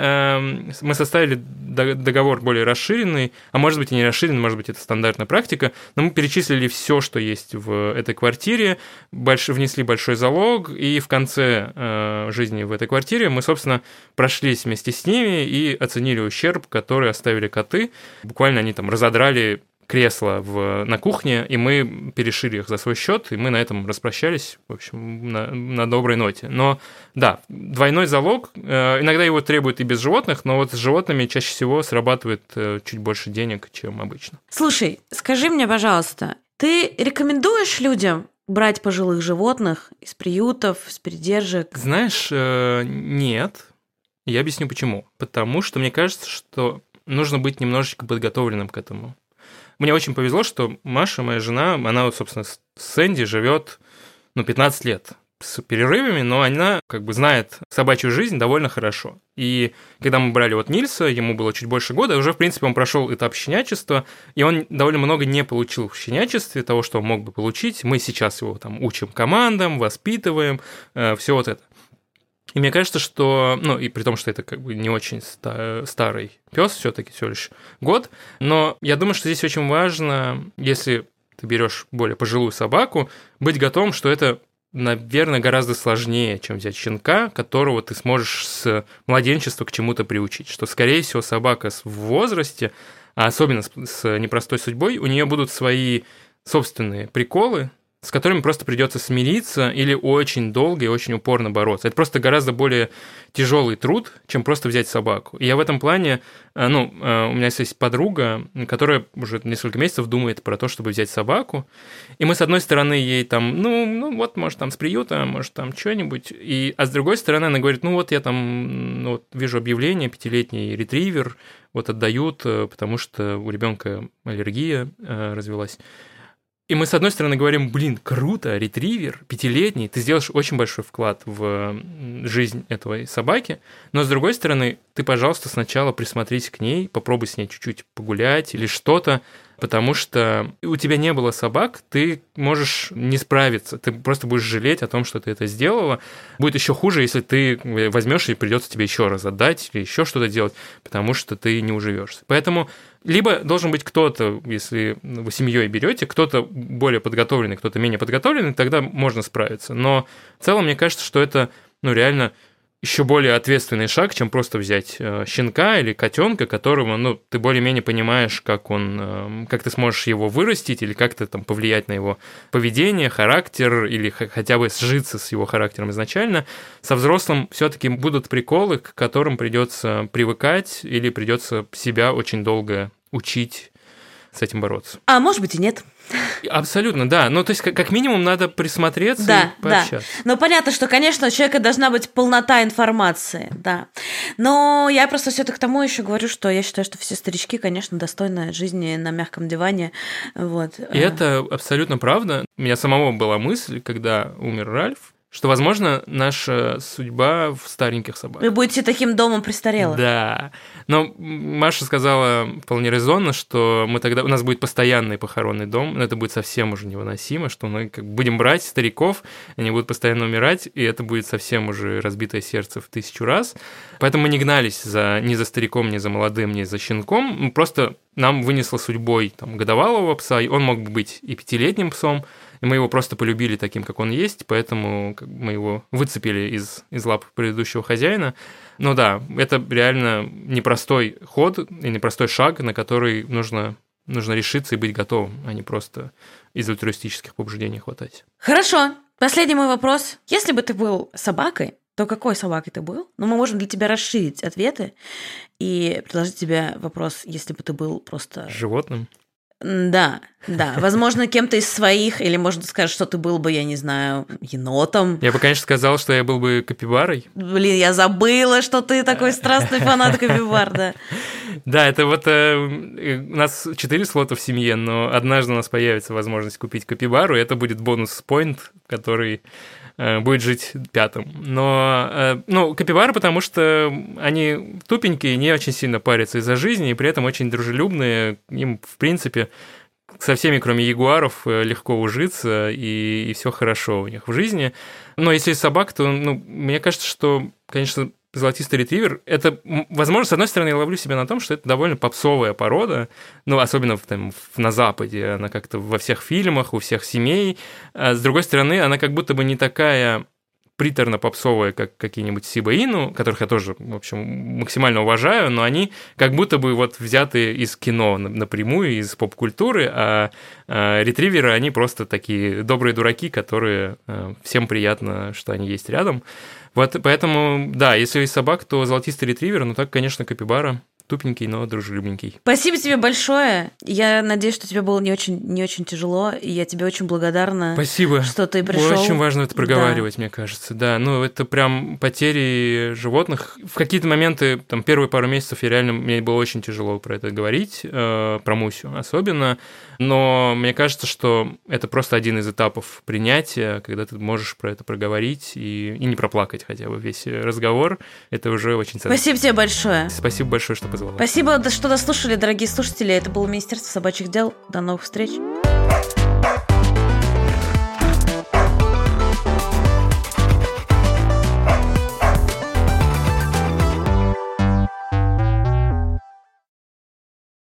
S2: мы составили договор более расширенный, а может быть и не расширенный, может быть это стандартная практика, но мы перечислили все, что есть в этой квартире, внесли большой залог, и в конце жизни в этой квартире мы, собственно, прошлись вместе с ними и оценили ущерб, который оставили коты. Буквально они там разодрали кресла на кухне, и мы перешили их за свой счет, и мы на этом распрощались, в общем, на доброй ноте. Но да, двойной залог, иногда его требуют и без животных, но вот с животными чаще всего срабатывает чуть больше денег, чем обычно.
S1: Слушай, скажи мне, пожалуйста, ты рекомендуешь людям брать пожилых животных из приютов, из передержек?
S2: Знаешь, нет. Я объясню почему. Потому что мне кажется, что нужно быть немножечко подготовленным к этому. Мне очень повезло, что Маша, моя жена, она вот, собственно, с Сэнди живет 15 лет с перерывами, но она как бы знает собачью жизнь довольно хорошо. И когда мы брали вот Нильса, ему было чуть больше года, уже, в принципе, он прошел этап щенячества, и он довольно много не получил в щенячестве того, что он мог бы получить. Мы сейчас его там учим командам, воспитываем, все вот это. И мне кажется, что, и при том, что это как бы не очень старый пес, все-таки всего лишь год, но я думаю, что здесь очень важно, если ты берешь более пожилую собаку, быть готовым, что это, наверное, гораздо сложнее, чем взять щенка, которого ты сможешь с младенчества к чему-то приучить. Что, скорее всего, собака в возрасте, а особенно с непростой судьбой, у нее будут свои собственные приколы, с которыми просто придется смириться или очень долго и очень упорно бороться. Это просто гораздо более тяжелый труд, чем просто взять собаку. И я в этом плане, у меня есть подруга, которая уже несколько месяцев думает про то, чтобы взять собаку. И мы, с одной стороны, ей там, может, там с приюта, может, там что-нибудь. А с другой стороны, она говорит, я там вижу объявление, 5-летний ретривер, отдают, потому что у ребенка аллергия развилась. И мы, с одной стороны, говорим, круто, ретривер, 5-летний, ты сделаешь очень большой вклад в жизнь этой собаки, но, с другой стороны, ты, пожалуйста, сначала присмотрись к ней, попробуй с ней чуть-чуть погулять или что-то, потому что у тебя не было собак, ты можешь не справиться, ты просто будешь жалеть о том, что ты это сделала. Будет еще хуже, если ты возьмешь и придется тебе еще раз отдать или еще что-то делать, потому что ты не уживешься. Поэтому либо должен быть кто-то, если вы семьей берете, кто-то более подготовленный, кто-то менее подготовленный, тогда можно справиться. Но в целом, мне кажется, что это реально еще более ответственный шаг, чем просто взять щенка или котенка, которого ты более-менее понимаешь, как ты сможешь его вырастить или как-то там повлиять на его поведение, характер или хотя бы сжиться с его характером изначально. Со взрослым все-таки будут приколы, к которым придется привыкать или придется себя очень долго учить с этим бороться.
S1: А может быть и нет.
S2: Абсолютно, да. То есть, как минимум, надо присмотреться и пообщаться.
S1: Да. Но понятно, что, конечно, у человека должна быть полнота информации, да. Но я просто все-таки к тому еще говорю, что я считаю, что все старички, конечно, достойны жизни на мягком диване. Вот.
S2: И это абсолютно правда. У меня самого была мысль, когда умер Ральф, что, возможно, наша судьба в стареньких собаках.
S1: Вы будете таким домом престарелых.
S2: Да. Но Маша сказала вполне резонно, что у нас будет постоянный похоронный дом, но это будет совсем уже невыносимо, что мы будем брать стариков, они будут постоянно умирать, и это будет совсем уже разбитое сердце в 1000 раз. Поэтому мы не гнались ни за стариком, ни за молодым, ни за щенком. Просто нам вынесло судьбой годовалого пса, и он мог бы быть и 5-летним псом, и мы его просто полюбили таким, как он есть, поэтому мы его выцепили из лап предыдущего хозяина. Но да, это реально непростой ход и непростой шаг, на который нужно решиться и быть готовым, а не просто из альтруистических побуждений хватать.
S1: Хорошо. Последний мой вопрос. Если бы ты был собакой, то какой собакой ты был? Мы можем для тебя расширить ответы и предложить тебе вопрос, если бы ты был просто...
S2: Животным?
S1: Да. Возможно, кем-то из своих, или, можно сказать, что ты был бы, я не знаю, енотом.
S2: Я бы, конечно, сказал, что я был бы капибарой.
S1: Блин, я забыла, что ты такой страстный фанат капибар, да.
S2: Да, это вот у нас 4 слота в семье, но однажды у нас появится возможность купить капибару, и это будет бонус-поинт, который будет жить 5-м. Но, капибары, потому что они тупенькие, не очень сильно парятся из-за жизни, и при этом очень дружелюбные. Им, в принципе, со всеми, кроме ягуаров, легко ужиться, и все хорошо у них в жизни. Но если собак, то, мне кажется, что, конечно, золотистый ретривер, это, возможно, с одной стороны, я ловлю себя на том, что это довольно попсовая порода, особенно на Западе, она как-то во всех фильмах, у всех семей, а с другой стороны, она как будто бы не такая приторно-попсовые, как какие-нибудь Сиба Ину, которых я тоже, в общем, максимально уважаю, но они как будто бы вот взяты из кино напрямую, из поп-культуры, а ретриверы, они просто такие добрые дураки, которые всем приятно, что они есть рядом. Вот поэтому, да, если есть собак, то золотистый ретривер, так, конечно, капибара. Тупенький, но дружелюбненький.
S1: Спасибо тебе большое. Я надеюсь, что тебе было не очень тяжело, и я тебе очень благодарна.
S2: Спасибо.
S1: Что ты пришел.
S2: Очень важно это проговаривать, мне кажется. Да, это прям потери животных. В какие-то моменты, первые пару месяцев мне было очень тяжело про это говорить, про Мусю особенно. Но мне кажется, что это просто один из этапов принятия, когда ты можешь про это проговорить и не проплакать хотя бы весь разговор. Это уже очень ценно.
S1: Спасибо тебе большое.
S2: Спасибо большое, что позвала.
S1: Спасибо, что дослушали, дорогие слушатели. Это было Министерство собачьих дел. До новых встреч.